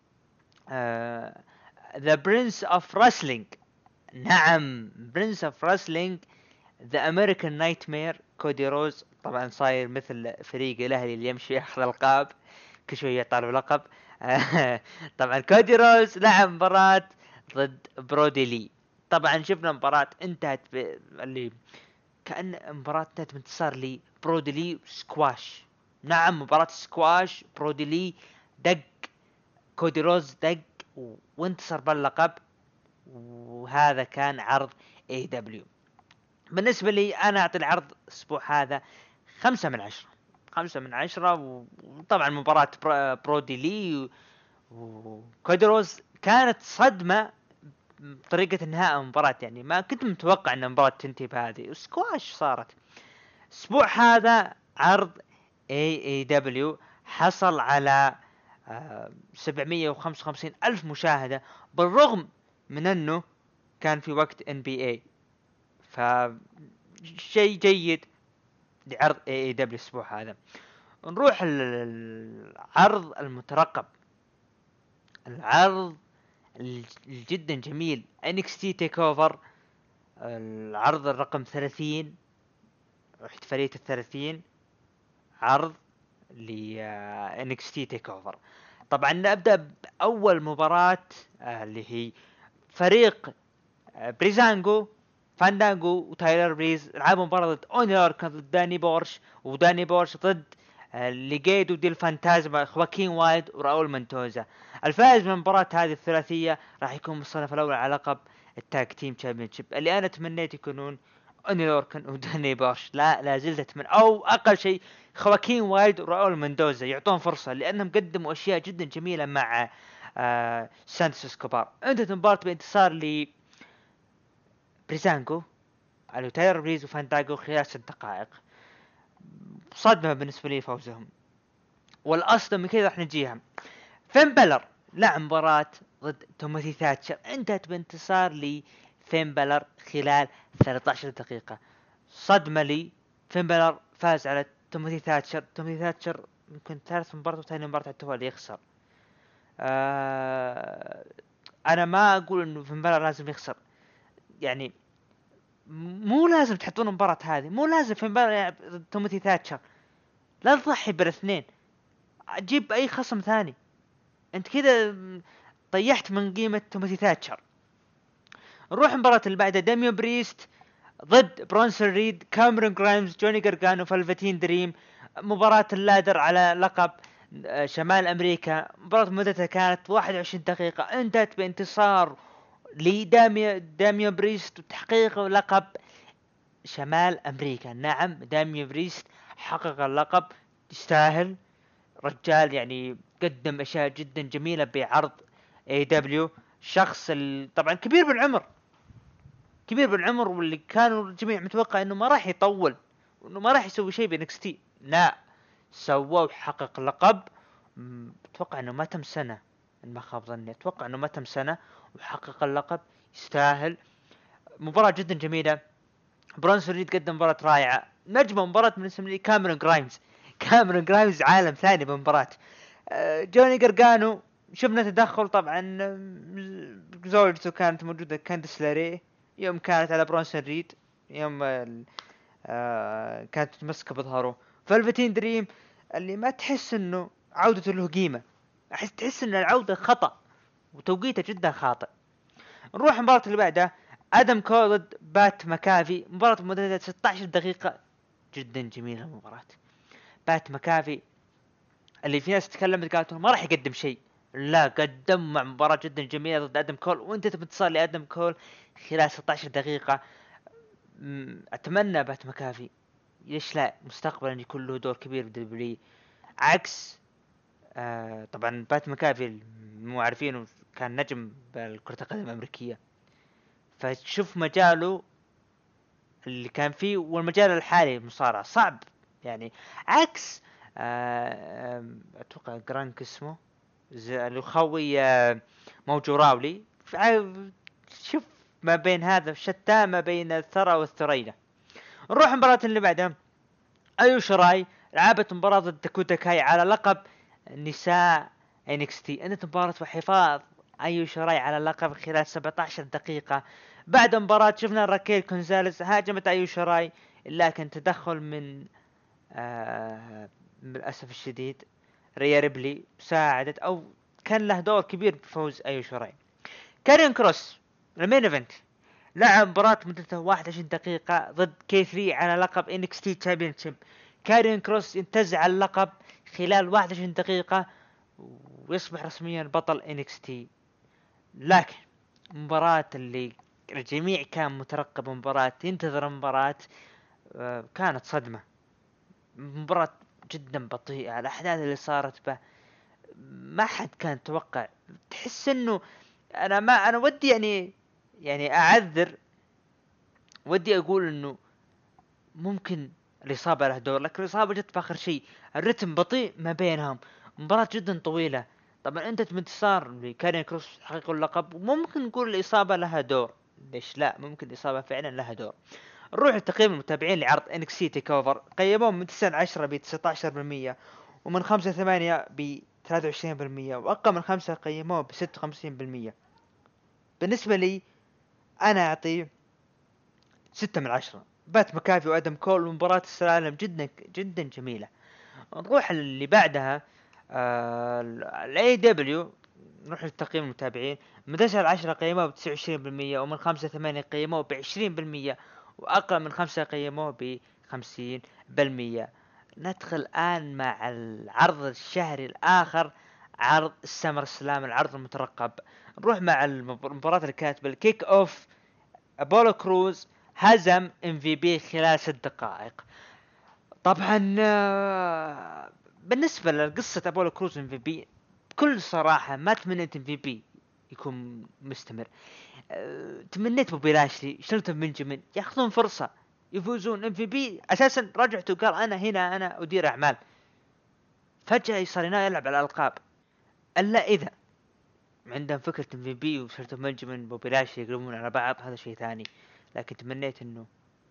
ذا برنس اوف راسلينج. نعم، برنس اوف راسلينج ذا امريكان نايت مير كودي روز. طبعا صاير مثل فريق الاهلي اللي يمشي ياخذ القاب كل شويه يطالب لقب. طبعا كودي روز لعب مباراة ضد برودي لي. طبعا شفنا مباراة انتهت اللي كأن مباراة انتهت بانتصار لي برودي لي سكواش. نعم مباراة سكواش، برودي لي دق كودي روز دق وانتصر باللقب، وهذا كان عرض AEW. بالنسبة لي أنا أعطي العرض الأسبوع هذا 5/10. 5/10. وطبعا مباراة برودي لي وكودروز كانت صدمة بطريقة انهاء المباراة، يعني ما كنت متوقع أن المباراة تنتهي بهذه، وسكواش صارت. الأسبوع هذا عرض AEW حصل على 755 ألف مشاهدة، بالرغم من أنه كان في وقت NBA، فشيء جيد لعرض AEW الأسبوع هذا. نروح العرض المترقب، العرض جدا جميل، NXT Takeover، العرض الرقم 30، احتفالية 30 عرض ل NXT Takeover. طبعا نبدأ بأول مباراة اللي هي فريق بريزانجو فاندانجو وتايلر بريز لعبوا مباراة ضد اونيلر ضد داني بورش، وداني بورش ضد ليجيدو دي الفانتازما خواكين وايد وراول منتوزا. الفائز من المباراة هذه الثلاثية راح يكون بالصنف الأول على لقب التاج تيم تشامبيونشيب، اللي أنا تمنيت يكونون اونيلوركن وداني بورش. لا زلت أتمنى، أو أقل شيء خواكين وايد وراول مندوزا يعطون فرصة، لأنهم قدموا أشياء جدا جميلة مع سانتوس كوبار. انتهت المباراة بانتصار بريزانجو على تايلر بريز وفانداغو خلال 6 دقائق. صدمة بالنسبة لي فوزهم، والأصل من كذا راح نجيها. فين بلر لعب مباراة ضد توماثي ثاتشر، انتهت بانتصار لفين بلر خلال 13 دقيقة. صدمة لي فين بلر فاز على توماثي ثاتشر يمكن ثالث مباراة وثاني مباراة على التوالي يخسر. انا ما اقول انه فين بلر لازم يخسر، يعني مو لازم تحطون المباراة هذه، مو لازم فين بلر يلعب توماثي ثاتشر، لا تضحي بالاثنين، جيب اي خصم ثاني، انت كذا طيحت من قيمة توماثي ثاتشر. نروح المباراة اللي بعدها، داميو بريست ضد برونسون ريد، كاميرون جرايمز، جوني غارغانو، فالفتين دريم. مباراة اللادر على لقب شمال امريكا. مباراة مدتها كانت 21 دقيقة، انتهت بانتصار لداميو بريست وتحقيق لقب شمال امريكا. نعم داميو بريست حقق اللقب، يستاهل رجال، يعني قدم اشياء جدا جميلة بعرض اي دبليو. شخص طبعا كبير بالعمر واللي كانوا الجميع متوقع انه ما راح يطول وانه ما راح يسوي شيء بنكستي، لا سوى وحقق لقب. اتوقع انه ما تم سنة، ان ما خاب ظني اتوقع انه ما تم سنة وحقق اللقب، يستاهل. مباراة جدا جميلة، برونسون ريد قدم مباراة رائعة. نجم مباراة بالنسبة لي كاميرون جرايمز عالم ثاني بالمباراة. جوني غارغانو شفنا تدخل طبعا، زوجته كانت موجودة كانديس لاري يوم كانت على برونسون ريد، يوم كانت متمسكة بظهره. فالفتين دريم اللي ما تحس انه عودته له قيمة، تحس ان العودة خطأ وتوقيته جدا خاطئ. نروح المباراة اللي بعدها، ادم كول ضد بات مكافي. مباراة مدتها 16 دقيقة، جدا جميلة المباراة. بات مكافي اللي في ناس تكلمت قالت ما راح يقدم شيء، لا قدم مع مباراة جدا جميلة ضد ادم كول، وانت تبي تصل لادم كول خلال 16 دقيقة. اتمنى بات مكافي ليش لا مستقبلا يكون له دور كبير بدبليو، عكس طبعا بات مكافي مو عارفينه كان نجم بالكرة القدم الامريكية، فشوف مجاله اللي كان فيه والمجال الحالي المصارعة صعب، يعني عكس اتوقع جرانك اسمه اللي خوي موجو راولي. شوف ما بين هذا شتى ما بين الثرى والثريا. نروح المباراة اللي بعدها، ايو شراي لعبت مباراة ضد داكوتا كاي على لقب نساء NXT. انت مباراة وحفاظ ايو شراي على اللقب خلال 17 دقيقة. بعد مباراة شفنا راكيل كونزاليز هاجمت ايو شراي، لكن تدخل من للأسف الشديد ريا ريبلي ساعدت او كان له دور كبير بفوز ايو شراي. كارين كروس المين ايفنت لعب مباراة مدتها 21 دقيقة ضد كي 3 على لقب NXT Championship. كارين كروس ينتزع اللقب خلال 21 دقيقة ويصبح رسميا بطل NXT. لكن مباراة اللي الجميع كان مترقب مباراة ينتظر مباراة كانت صدمة. مباراة جدا بطيئة، الأحداث اللي صارت به ما حد كان توقع. تحس انه انا ودي يعني اعذر، ودي اقول انه ممكن الإصابة له دور، لكن الإصابة جت في آخر شيء. الرتم بطيء ما بينهم، مباراة جدا طويلة. طبعا أنت بانتصار لكارين كروس حقيقة اللقب، وممكن نقول الإصابة لها دور، ليش لا، ممكن الإصابة فعلا لها دور. نروح لتقييم المتابعين لعرض NXT TakeOver. قيموهم من 9-10 ب 19%، ومن 5-8 ب 23%، وأقل من 5 قيموه ب 56%. بالنسبة لي أنا أعطيه 6/10. بات مكافي وادم كول ومباراة السلالم جدا جدا جميلة. نروح اللي بعدها الاي دبليو. نروح لتقييم المتابعين من 9-10 قيموه ب 29%، ومن 5-8 قيموه ب 20%، واقل من 5 قيموه ب 50%. ندخل الان مع العرض الشهري الاخر، عرض السمر سلام، العرض المترقب. نروح مع المباراة اللي كانت بالكيك اوف. ابولو كروز هزم MVP خلال 6 دقائق. طبعا بالنسبة لقصة ابولو كروز MVP بكل صراحة ما تمنيت MVP يكون مستمر. تمنيت بوبي لاشلي، شلتون بنجامين ياخذون فرصة يفوزون. MVP اساسا رجعت وقال انا هنا انا ادير اعمال، فجأة صار يلعب على الالقاب. الا اذا عندهم فكرة MVP وشلتون بنجامين بوبي لاشلي يقلبون على بعض، هذا شيء ثاني. لكن تمنيت انه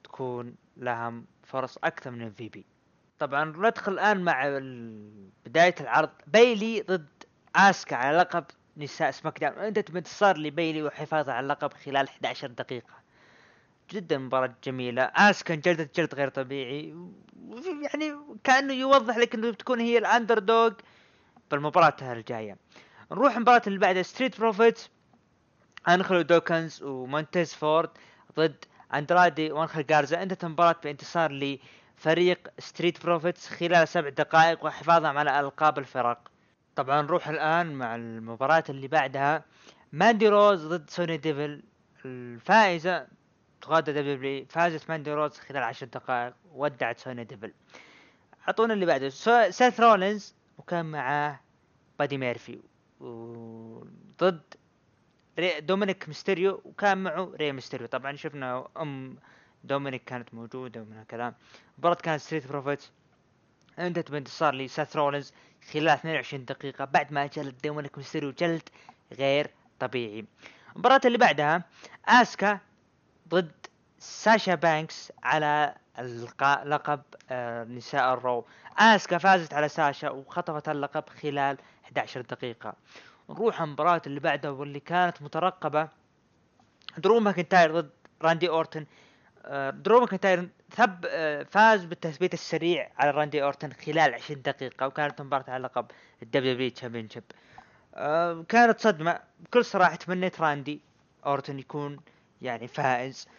تكون لهم فرص اكثر من MVP. طبعا ندخل الان مع بداية العرض. بايلي ضد اسكا على لقب نساء سماك داون. انت انتصار لبايلي وحفاظها على اللقب خلال 11 دقيقة. جدا مباراة جميلة. اسكا انجلدت جلد غير طبيعي، يعني كأنه يوضح لك انه بتكون هي الاندر دوغ بالمباراة الجاية. نروح المباراة اللي بعدها. ستريت بروفيتس انخلو دوكنز ومونتيز فورد ضد اندرادي وانخل غارزا. انتهت المباراة بانتصار لفريق ستريت بروفيتس خلال 7 دقائق وحفاظهم على القاب الفرق. طبعا نروح الان مع المباراة اللي بعدها. ماندي روز ضد سوني ديفل. الفائزة تغادر دبليو. فازت ماندي روز خلال 10 دقائق ودعت سوني ديفل. اعطونا اللي بعده. سيث رولينز وكان معاه بادي ميرفي ضد دومينيك ميستيريو وكان معه ري ميستيريو. طبعا شفنا دومينيك كانت موجودة ومن هالكلام. المباراة كانت ستريت بروفيتس انتهت بانتصار لسيث رولينز خلال 22 دقيقة بعد ما جلد دومينيك ميستيريو جلد غير طبيعي. المباراة اللي بعدها اسكا ضد ساشا بانكس على لقب نساء الرو. اسكا فازت على ساشا وخطفت اللقب خلال 11 دقيقة. نروح المباراة اللي بعدها واللي كانت مترقبة. درو ماكنتاير ضد راندي اورتن. درو ماكنتاير فاز بالتثبيت السريع على راندي اورتن خلال 20 دقيقة وكانت مباراة على لقب الدبليو تشامبيونشيب. كانت صدمة بكل صراحة. تمنيت راندي اورتن يكون يعني فائز.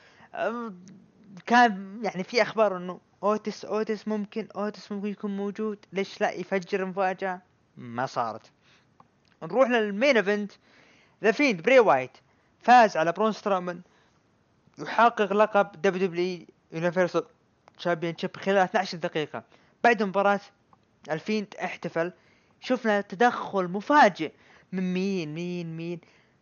كان يعني في اخبار انه اوتس ممكن يكون موجود. ليش لا يفجر مفاجأة؟ ما صارت. نروح للمين ايفنت. ذا فيند بري وايت فاز على برون سترومان يحقق لقب دبليو يونيفرسال تشامبيونشيب خلال 12 دقيقة. بعد مباراة الفيند احتفل. شفنا تدخل مفاجئ من مين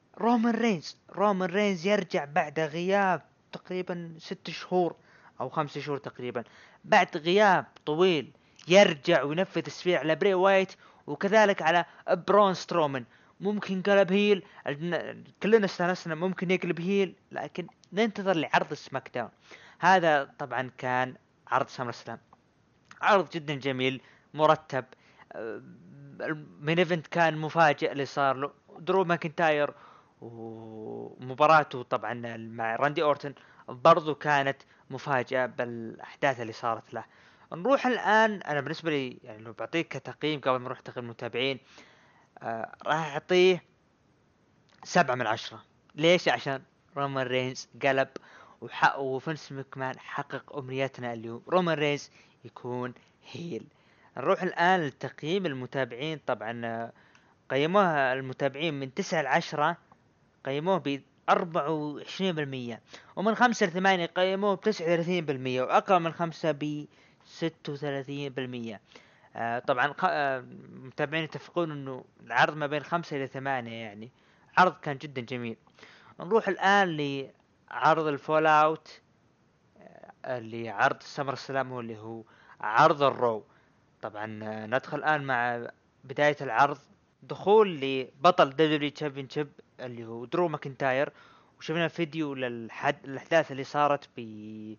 رومان رينز يرجع بعد غياب تقريبا 6 شهور او 5 شهور تقريبا. بعد غياب طويل يرجع وينفذ تسفير على بري وايت وكذلك على برون سترومان. ممكن قلب هيل. كلنا استانسنا ممكن يقلب هيل، لكن ننتظر لعرض سماك داون. هذا طبعا كان عرض سمر سلام. عرض جدا جميل مرتب. المين ايفنت كان مفاجئ اللي صار له. درو ماكنتاير ومباراته طبعا مع راندي اورتن برضو كانت مفاجئة بالاحداث اللي صارت له. نروح الان. انا بالنسبة لي يعني لو بعطيك كتقييم قبل ما نروح تقييم المتابعين، راح اعطيه 7/10. ليش؟ عشان رومان رينز قلب وفنس مكمان حقق امنيتنا اليوم. رومان رينز يكون هيل. نروح الان لتقييم المتابعين. طبعا قيموها المتابعين من 9 ل10 قيموه ب 24%، ومن 5 ل8 قيموه ب 39%، واقل من 5 ب 36%. طبعا المتابعين يتفقون انه العرض ما بين 5 إلى 8 يعني عرض كان جدا جميل. نروح الان لعرض الفول اوت اللي عرض سمر سلام واللي هو عرض الرو. طبعا ندخل الان مع بداية العرض. دخول لبطل دبليو تشامبيونشيب اللي هو درو ماكنتاير، وشفنا فيديو للأحداث اللي صارت ب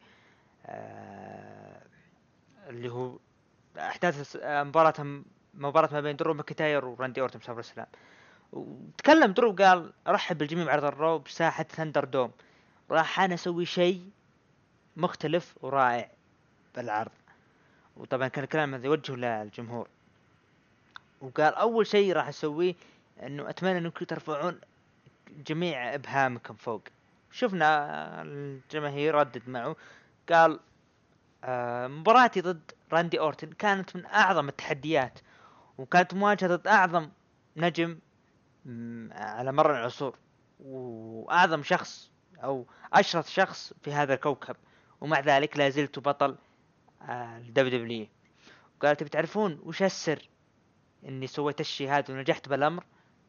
اللي هو أحداث مباراة ما بين درو ماكنتاير وراندي أورتن سمر سلام. وتكلم درو قال رحب بالجميع بعرض الرو بساحة ثندر دوم. راح أنا أسوي شيء مختلف ورائع بالعرض. وطبعا كان الكلام هذا يوجه للجمهور. وقال اول شيء راح اسويه انه اتمنى انكم ترفعون جميع ابهامكم فوق. شفنا الجماهير ردد معه. قال مباراتي ضد راندي اورتن كانت من اعظم التحديات، وكانت مواجهة ضد اعظم نجم على مر العصور، واعظم شخص او اشرس شخص في هذا الكوكب، ومع ذلك لا زلت بطل الدبليو. قال تبي تعرفون وش السر اني سويت الشيء هذا ونجحت بالامر؟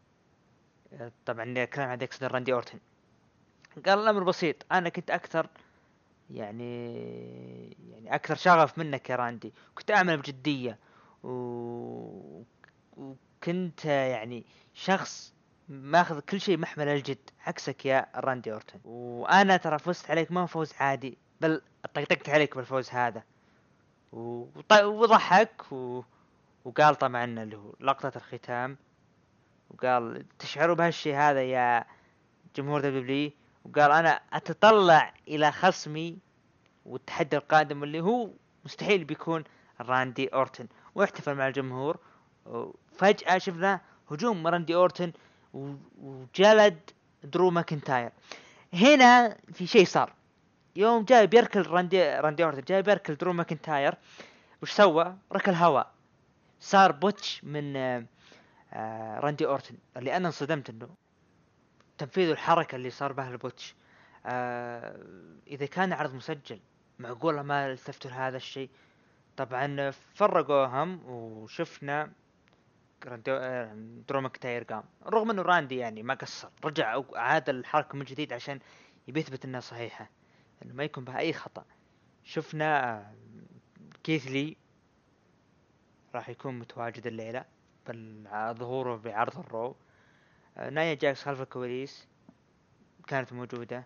طبعا كلام عن ديكستر راندي اورتن. قال الامر بسيط، انا كنت اكثر يعني اكثر شغف منك يا راندي، كنت اعمل بجدية وكنت يعني شخص ماخذ كل شيء محمل الجد عكسك يا راندي اورتن. وانا ترى فزت عليك ما فوز عادي، بل طقطقت عليك بالفوز هذا. وضحك وقال طبعا اللي هو لقطة الختام، وقال تشعروا بهالشيء هذا يا جمهور دبليو؟ وقال انا اتطلع الى خصمي والتحدي القادم اللي هو مستحيل بيكون راندي اورتن، واحتفل مع الجمهور. فجأة شفنا هجوم راندي اورتن وجلد درو ماكنتاير. هنا في شيء صار، يوم جاي بيركل راندي اورتن، جاي بيركل درو ماكنتاير، وش سوى؟ ركل هواء، صار بوتش من راندي اورتن، اللي انا انصدمت انه تنفيذ الحركة اللي صار بها البوتش. اذا كان عرض مسجل معقولة ما التفتوا لهذا الشيء؟ طبعا فرقوهم وشفنا درو ماكنتاير قام، رغم انه راندي يعني ما قصر، رجع وعاد الحركة من جديد عشان يثبت انها صحيحة، انه ما يكون بها اي خطأ. شفنا كيث لي راح يكون متواجد الليلة ظهوره بعرض الرو. نايا جاكس خلف الكواليس كانت موجودة.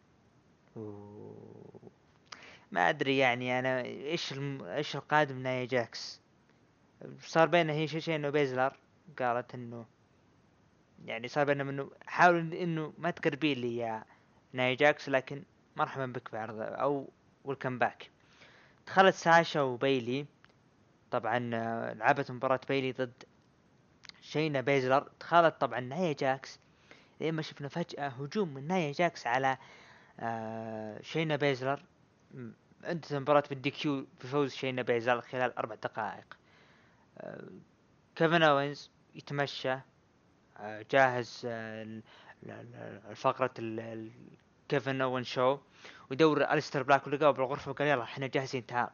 ما ادري يعني انا ايش القادم نايا جاكس. صار بيننا هي شيء انه بيزلر قالت انه يعني صار بيننا انه حاولوا انه ما تقربين لي يا نايا جاكس، لكن مرحبا بك بعرض او ويلكم باك. دخلت ساشا وبيلي، طبعا لعبت مباراة بيلي ضد شينا بيزلر. دخلت طبعا نايا جاكس، لما شفنا فجأة هجوم من نايا جاكس على شينا بيزلر. انتهت المباراة بالدي كيو بفوز شينا بيزلر خلال 4 دقائق. كيفن اوينز يتمشى جاهز الفقرة كيفن اوين شو، ويدور أليستر بلاك ولقاه بالغرفة وقال يلا احنا جاهزين تعال.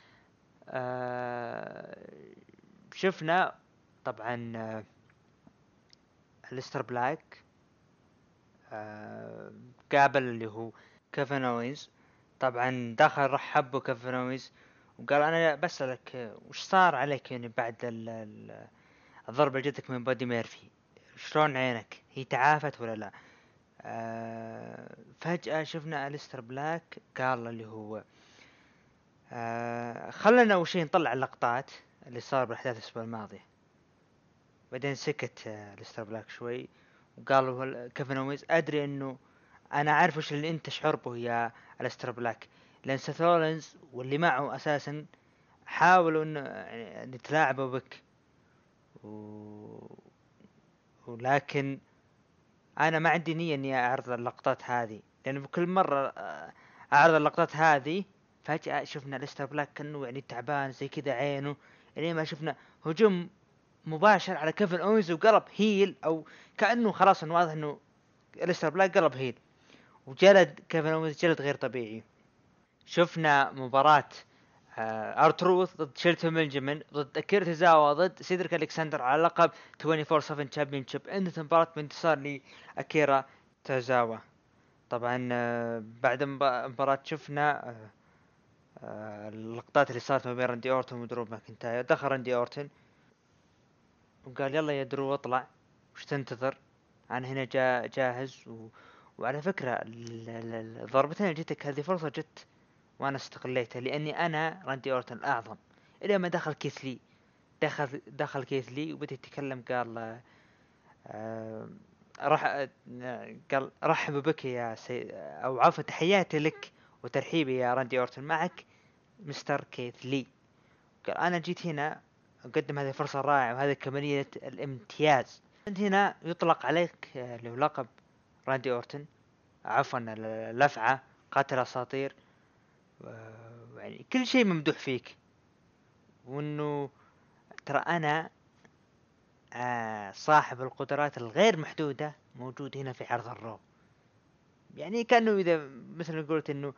شفنا طبعا أليستر بلاك قابل اللي هو كيفن اوينز. طبعا دخل رحب بكيفن اوينز وقال انا بسألك وش صار عليك يعني بعد الضربة اللي جتك من بودي ميرفي، شلون عينك؟ هي تعافت ولا لا؟ فجأة شفنا أليستر بلاك قال اللي هو خلنا أول شيء نطلع اللقطات اللي صار بالأحداث الأسبوع الماضية. بعدين سكت أليستر بلاك شوي وقال كيفن أوينز أدري إنه أنا عارف وش اللي أنت تشعر به يا أليستر بلاك، لأن سيث رولينز واللي معه أساسا حاولوا إنه يعني يتلاعبوا بك ولكن انا ما عندي نية اني اعرض اللقطات هذه، لان بكل مرة اعرض اللقطات هذه فجأة شفنا ليستر بلاك كأنه يعني تعبان زي كذا عينه، يعني ما شفنا هجوم مباشر على كيفن اوينز وقلب هيل، او كأنه خلاص انه واضح انه ليستر بلاك قلب هيل وجلد كيفن اوينز جلد غير طبيعي. شفنا مباراة ارتروث ضد شيلتون بنجامين ضد اكيرا تيزاوا ضد سيدريك الكسندر على لقب 24/7 تشامبيونشيب. انتهت المباراة بانتصار لاكيرا تيزاوا. طبعا بعد مباراة شفنا اللقطات اللي صارت ما بين راندي اورتن ودرو ماكنتاير. دخل راندي اورتن وقال يلا يا درو اطلع وش تنتظر، انا هنا جاهز وعلى فكرة الضربتين اللي جتك هذه فرصة جت وانا استغليتها، لاني انا راندي اورتن الاعظم. الى ما دخل كيثلي، دخل كيثلي وبدأ يتكلم قال قال رحب بك يا او عفوا تحياتي لك وترحيبي يا راندي اورتن، معك مستر كيثلي. قال انا جيت هنا اقدم هذه الفرصة الرائعة وهذه كمالية الامتياز. انت هنا يطلق عليك له لقب راندي اورتن، عفوا الافعى قاتل اساطير، يعني كل شيء ممدوح فيك، وانه ترى انا صاحب القدرات الغير محدودة موجود هنا في عرض الرو. يعني كأنه اذا مثل قلت انه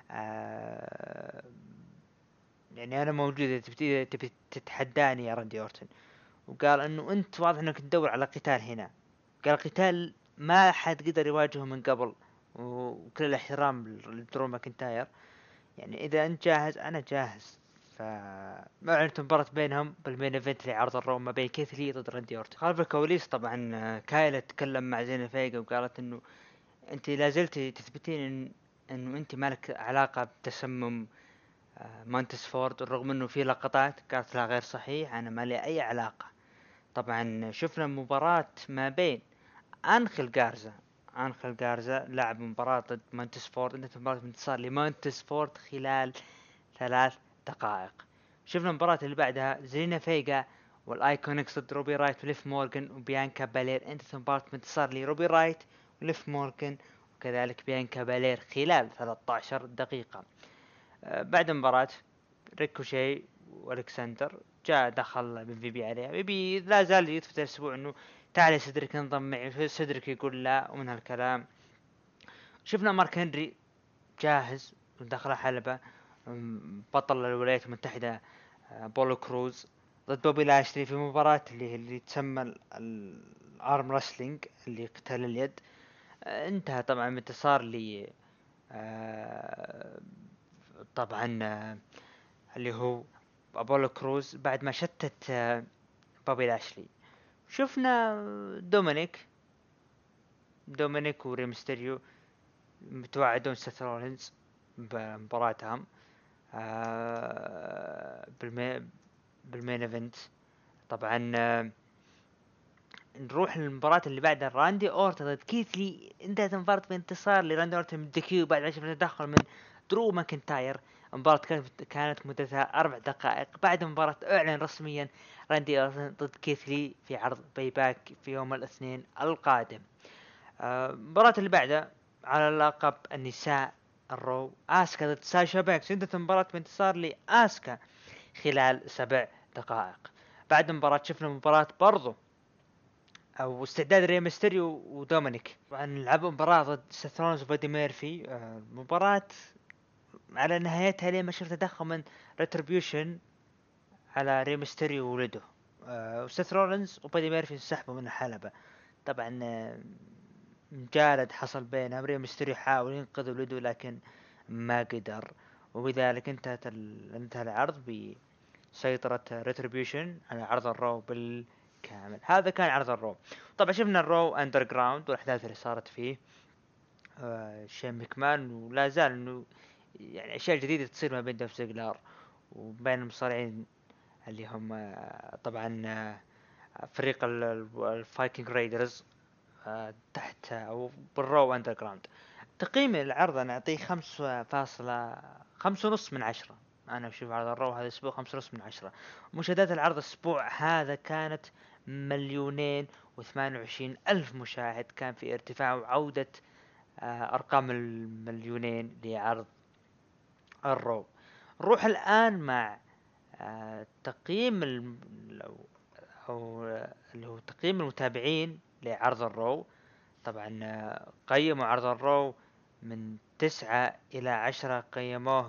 يعني انا موجود اذا تبي تتحداني يا راندي اورتن. وقال انه انت واضح انك تدور على قتال هنا، قال قتال ما حد قدر يواجهه من قبل، وكل الاحترام لدرو ماكنتاير. يعني اذا انت جاهز انا جاهز. فما اعلنت مباراة بينهم بالمين ايفنت لعرض الرو ما بين كيثلي ضد راندي اورتن. خلف الكواليس طبعا كايلا تكلم مع زينة فيجا وقالت انه انت لازلت تثبتين ان انه انت مالك علاقة بتسمم مانتس فورد، رغم انه في لقطات قالت لا غير صحيح، انا ما لي اي علاقة. طبعا شفنا مباراة ما بين انخيل غارزا لعب مباراة ضد مانتس فورد، انتهت مباراة بانتصار لمانتس فورد خلال 3 دقائق. شفنا المباراة اللي بعدها زينا فيجا والايكونكس ضد روبي رايت وليف مورغان وبيانكا بالير، انتهت مباراة بانتصار لروبي رايت وليف مورغان وكذلك بيانكا بالير خلال 13 دقيقة. بعد المباراة ريكوشي والكسندر جاء دخل من بي عليها، بيبي لا زال يثبت الاسبوع انه تعالي سيدريك انضم معي، سيدريك يقول لا ومن هالكلام. شفنا مارك هنري جاهز ودخل حلبة، بطل الولايات المتحدة بولو كروز ضد بوبي لاشلي في مباراة اللي تسمى الارم رسلينج اللي قتال اليد. انتهى طبعا بانتصار لي طبعا اللي هو ابولو كروز بعد ما شتت بوبي لاشلي. شفنا دومينيك وريمستيريو متوعدون سيث رولينز بمباراتهم بالمين ايفنت. طبعا نروح للمباراة اللي بعدها، راندي اورتا ضد كيثلي، انتهت المباراة بانتصار لراندي اورتا من ديكيو بعد ما شفنا تدخل من درو ماكنتاير. المباراة كانت مدتها 4 دقائق. بعد المباراة اعلن رسميا راندي اورتا ضد كيثلي في عرض باي باك في يوم الاثنين القادم. المباراة اللي بعدها على لقب النساء الرو، اسكا ضد ساشا بانكس، انتهت المباراة بانتصار لاسكا خلال 7 دقائق. بعد المباراة شفنا مباراة برضو او استعداد ري ميستيريو ودومينيك، طبعا لعبوا مباراة ضد سيث رولينز وبادي ميرفي. مباراة على نهايتها لين ما شفت تدخل من ريتربيوشن على ري ميستيريو وولده. وسيث رولينز وبادي ميرفي انسحبوا من الحلبة. طبعا مجالد حصل بينهم، ري ميستيريو حاول ينقذ ولده لكن ما قدر، وبذلك انتهى العرض بسيطرة ريتربيوشن على عرض الرو بالكامل. هذا كان عرض الرو. طبعا شفنا الرو اندر جراوند والاحداث اللي صارت فيه. شين مكمان ولا زال انه يعني اشياء جديدة تصير ما بين دوف زيجلار وبين المصارعين اللي هم طبعا فريق الفايكنج رايدرز تحت او بالرو اندر جراوند. تقييم العرض انا اعطيه 5.5/10. انا اشوف عرض الرو هذا الاسبوع 5.5/10. مشاهدات العرض الاسبوع هذا كانت 2,028,000 مشاهد، كان في ارتفاع وعودة ارقام المليونين لعرض الرو. نروح الان مع تقييم او اللي هو تقييم المتابعين لعرض الرو. طبعا قيموا عرض الرو من 9 إلى 10، قيموه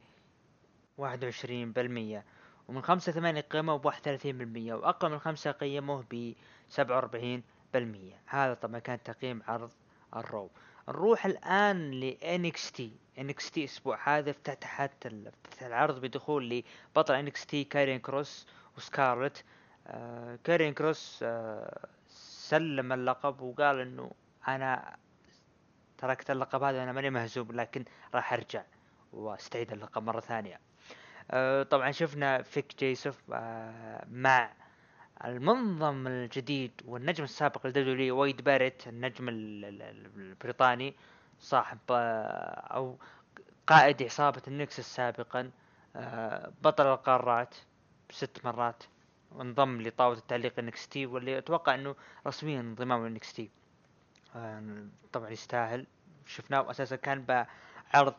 ب21%، ومن 5 8 قيموه ب31%، وأقل من 5 قيموه ب47%. هذا طبعا كان تقييم عرض الرو. نروح الآن ل NXT أسبوع هذا افتتح العرض بدخول لبطل NXT كايرين كروس وسكارلت. كايرين كروس سلم اللقب وقال انه انا تركت اللقب هذا، انا ماني مهزوم، لكن راح ارجع واستعيد اللقب مرة ثانية. طبعا شفنا فيك جيسوف مع المنظم الجديد والنجم السابق لدبليو وايد باريت، النجم البريطاني صاحب او قائد عصابة النكسس سابقا، بطل القارات ب6 مرات، وانضم لطاولة التعليق NXT، واللي اتوقع انه رسميا انضمام NXT. طبعا يستاهل. شفناه اساسا كان بعرض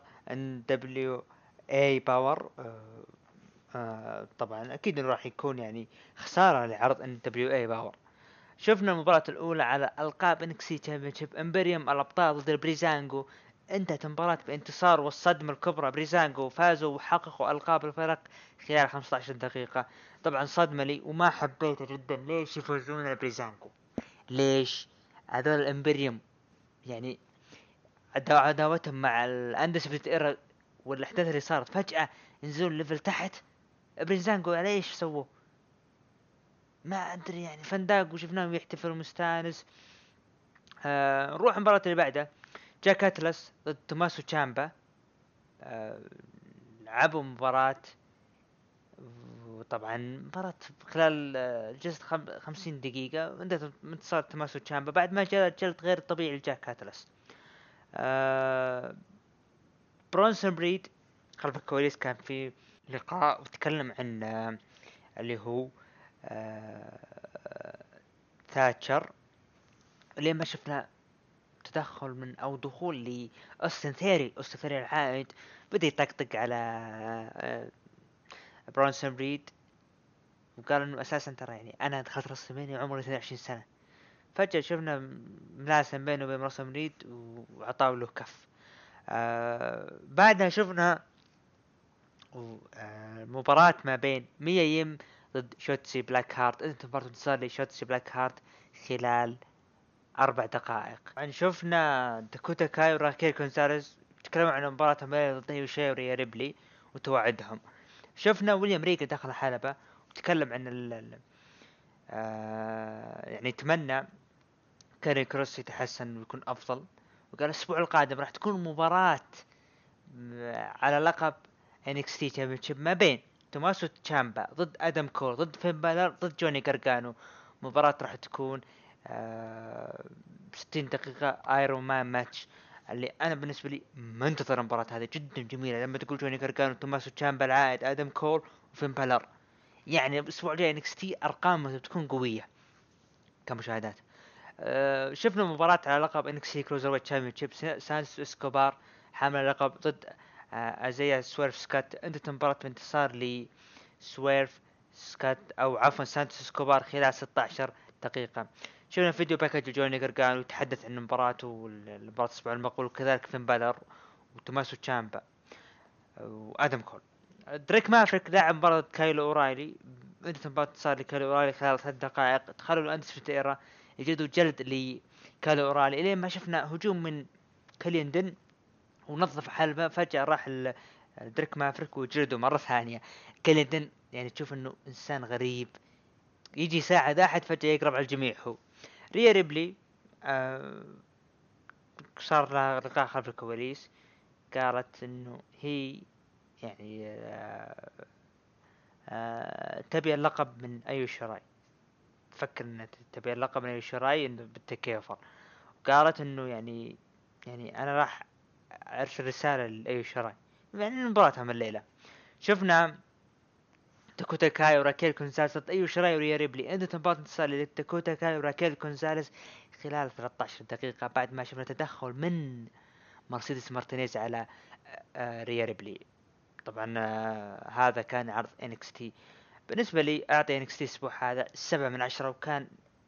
NWA باور. طبعا اكيد انه راح يكون يعني خسارة لعرض NWA باور. شفنا المباراة الاولى على القاب NXT تشامبيونشيب، امبريوم الابطال ضد البريزانجو. انتهت المباراة بانتصار والصدمة الكبرى، بريزانجو فازوا وحققوا القاب الفرق خلال 15 دقيقة. طبعا صدمة لي وما حبيته جدا. ليش يفوزون البريزانجو؟ ليش؟ هذول الامبريوم يعني عداوتهم مع الاندسبيوتد ايرا والاحداث اللي صارت فجأة ينزلون ليفل تحت. بريزانجو على ايش سووا؟ ما ادري يعني. فنداق وشفناه يحتفل مستانس. نروح المباراة اللي بعدها. جاك أتلس ضد توماسو تشامبا. لعبوا مباراة، وطبعا مباراة خلال جلسة 50 دقيقة عندها انتصار توماسو تشامبا بعد ما جاء جلد غير طبيعي لجاك أتلس. برونسون بريد خلف الكواليس كان في لقاء وتكلم عن اللي هو ثاتشر، اللي ما شفنا تدخل من او دخول لاوستن ثيري. اوستن ثيري العائد بدأ يطقطق على برونسون بريد، وقال انه اساسا ترى يعني انا دخلت رسميني عمري 22 سنة. فجأة شفنا ملاسم بينه وبين برونسون بريد وعطاه له كف. بعدها شفنا مباراة ما بين ميا يم ضد شوتسي بلاك هارت. انت مباراة صار لي شوتسي بلاك هارت خلال 4 دقائق. يعني شفنا داكوتا كاي وراكيل كونساليس تكلموا عن مباراة ضد هيو شي وريا ريبلي وتوعدهم. شفنا ويليام ريجل دخل الحلبة وتكلم عن يعني يتمنى كاري كروس يتحسن ويكون افضل، وقال الاسبوع القادم راح تكون مباراة على لقب NXT Championship ما بين توماسو تشامبا ضد ادم كول ضد فين بالر ضد جوني غارغانو. مباراة راح تكون 60 دقيقة ايرون مان ماتش، اللي انا بالنسبة لي منتظر المباراة هذه جدا جميلة. لما تقول جوني غارغانو توماسو تشامبا العائد ادم كول وفين بالر، يعني الاسبوع الجاي NXT ارقامها بتكون قوية كمشاهدات. شفنا مباراة على لقب NXT Cruiserweight Championship سانس اسكوبار حامل اللقب ضد ازايا سويرف سكات. انتهت المباراة بانتصار لسويرف سكات او عفوا سانتوس اسكوبار خلال 16 دقيقة. شفنا فيديو باكج جوني غارغانو يتحدث عن مباراته والمباراة الاسبوع المقبل، وكذلك فين بالر وتوماسو تشامبا وادم كول. دريك مافريك لاعب مباراة كايلو اورايلي. انتهت المباراة انتصار لكايلو اورايلي خلال 3 دقائق. دخلوا الاندسبيوتد ايرا يجدوا جلد لكايلو اورايلي الين ما شفنا هجوم من كليندن ونظف حلبة. فجأة راح دريك مافريك وجلده مرة ثانية. كليندن يعني تشوف انه انسان غريب يجي يساعد احد فجأة يقرب على الجميع. هو ريا ريبلي صار لها لقاء خلف الكواليس، قالت انه هي يعني تبي اللقب من ايو شراي. تفكر ان تبي اللقب من ايو شراي انه بالتكيفر. وقالت انه يعني انا راح ارسل رسالة لايو شراي يعني مباراتها من الليلة. شفنا داكوتا كاي وراكيل كونزاليس ضد ايو شراي وريا ريبلي. انتهت مباراة انتصار لداكوتا كاي وراكيل كونزاليس خلال 13 دقيقة بعد ما شفنا تدخل من مرسيدس مارتينيز على ريا ريبلي. طبعا هذا كان عرض NXT. بالنسبة لي اعطي NXT الاسبوع هذا 7/10، وكان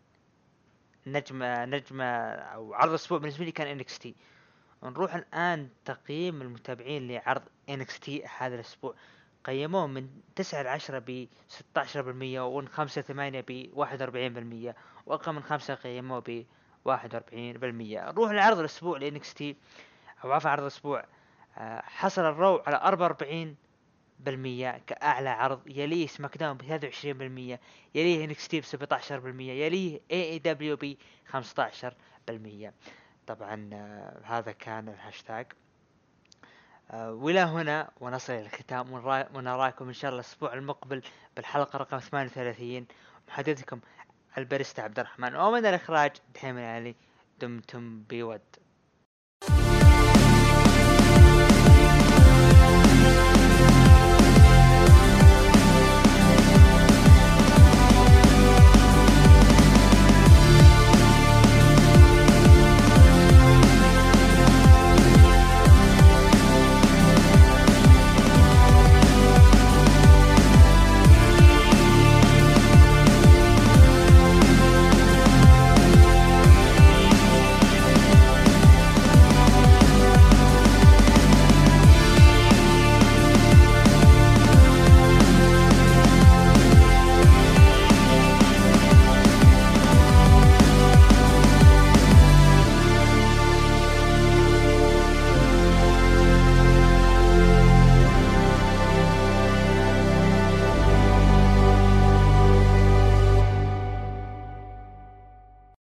نجمة او عرض الاسبوع بالنسبة لي كان NXT. نروح الان تقييم المتابعين لعرض NXT هذا الاسبوع. قيموه من 9/10 ب 16%، ومن 5/8 ب 41%، واقل من 5 قيموه ب 41%. نروح لعرض الاسبوع لNXT او عفوا عرض الاسبوع. حصل الرو على 44% كأعلى عرض، يليه سماك داون ب 23%، يليه NXT ب 17%، يليه AEW ب 15%. طبعا هذا كان الهاشتاج. والى هنا ونصل الى الختام، ونراكم ان شاء الله الاسبوع المقبل بالحلقة رقم 38. محدثكم الباريستا عبد الرحمن، ومن الاخراج دحيم العلي. دمتم بود.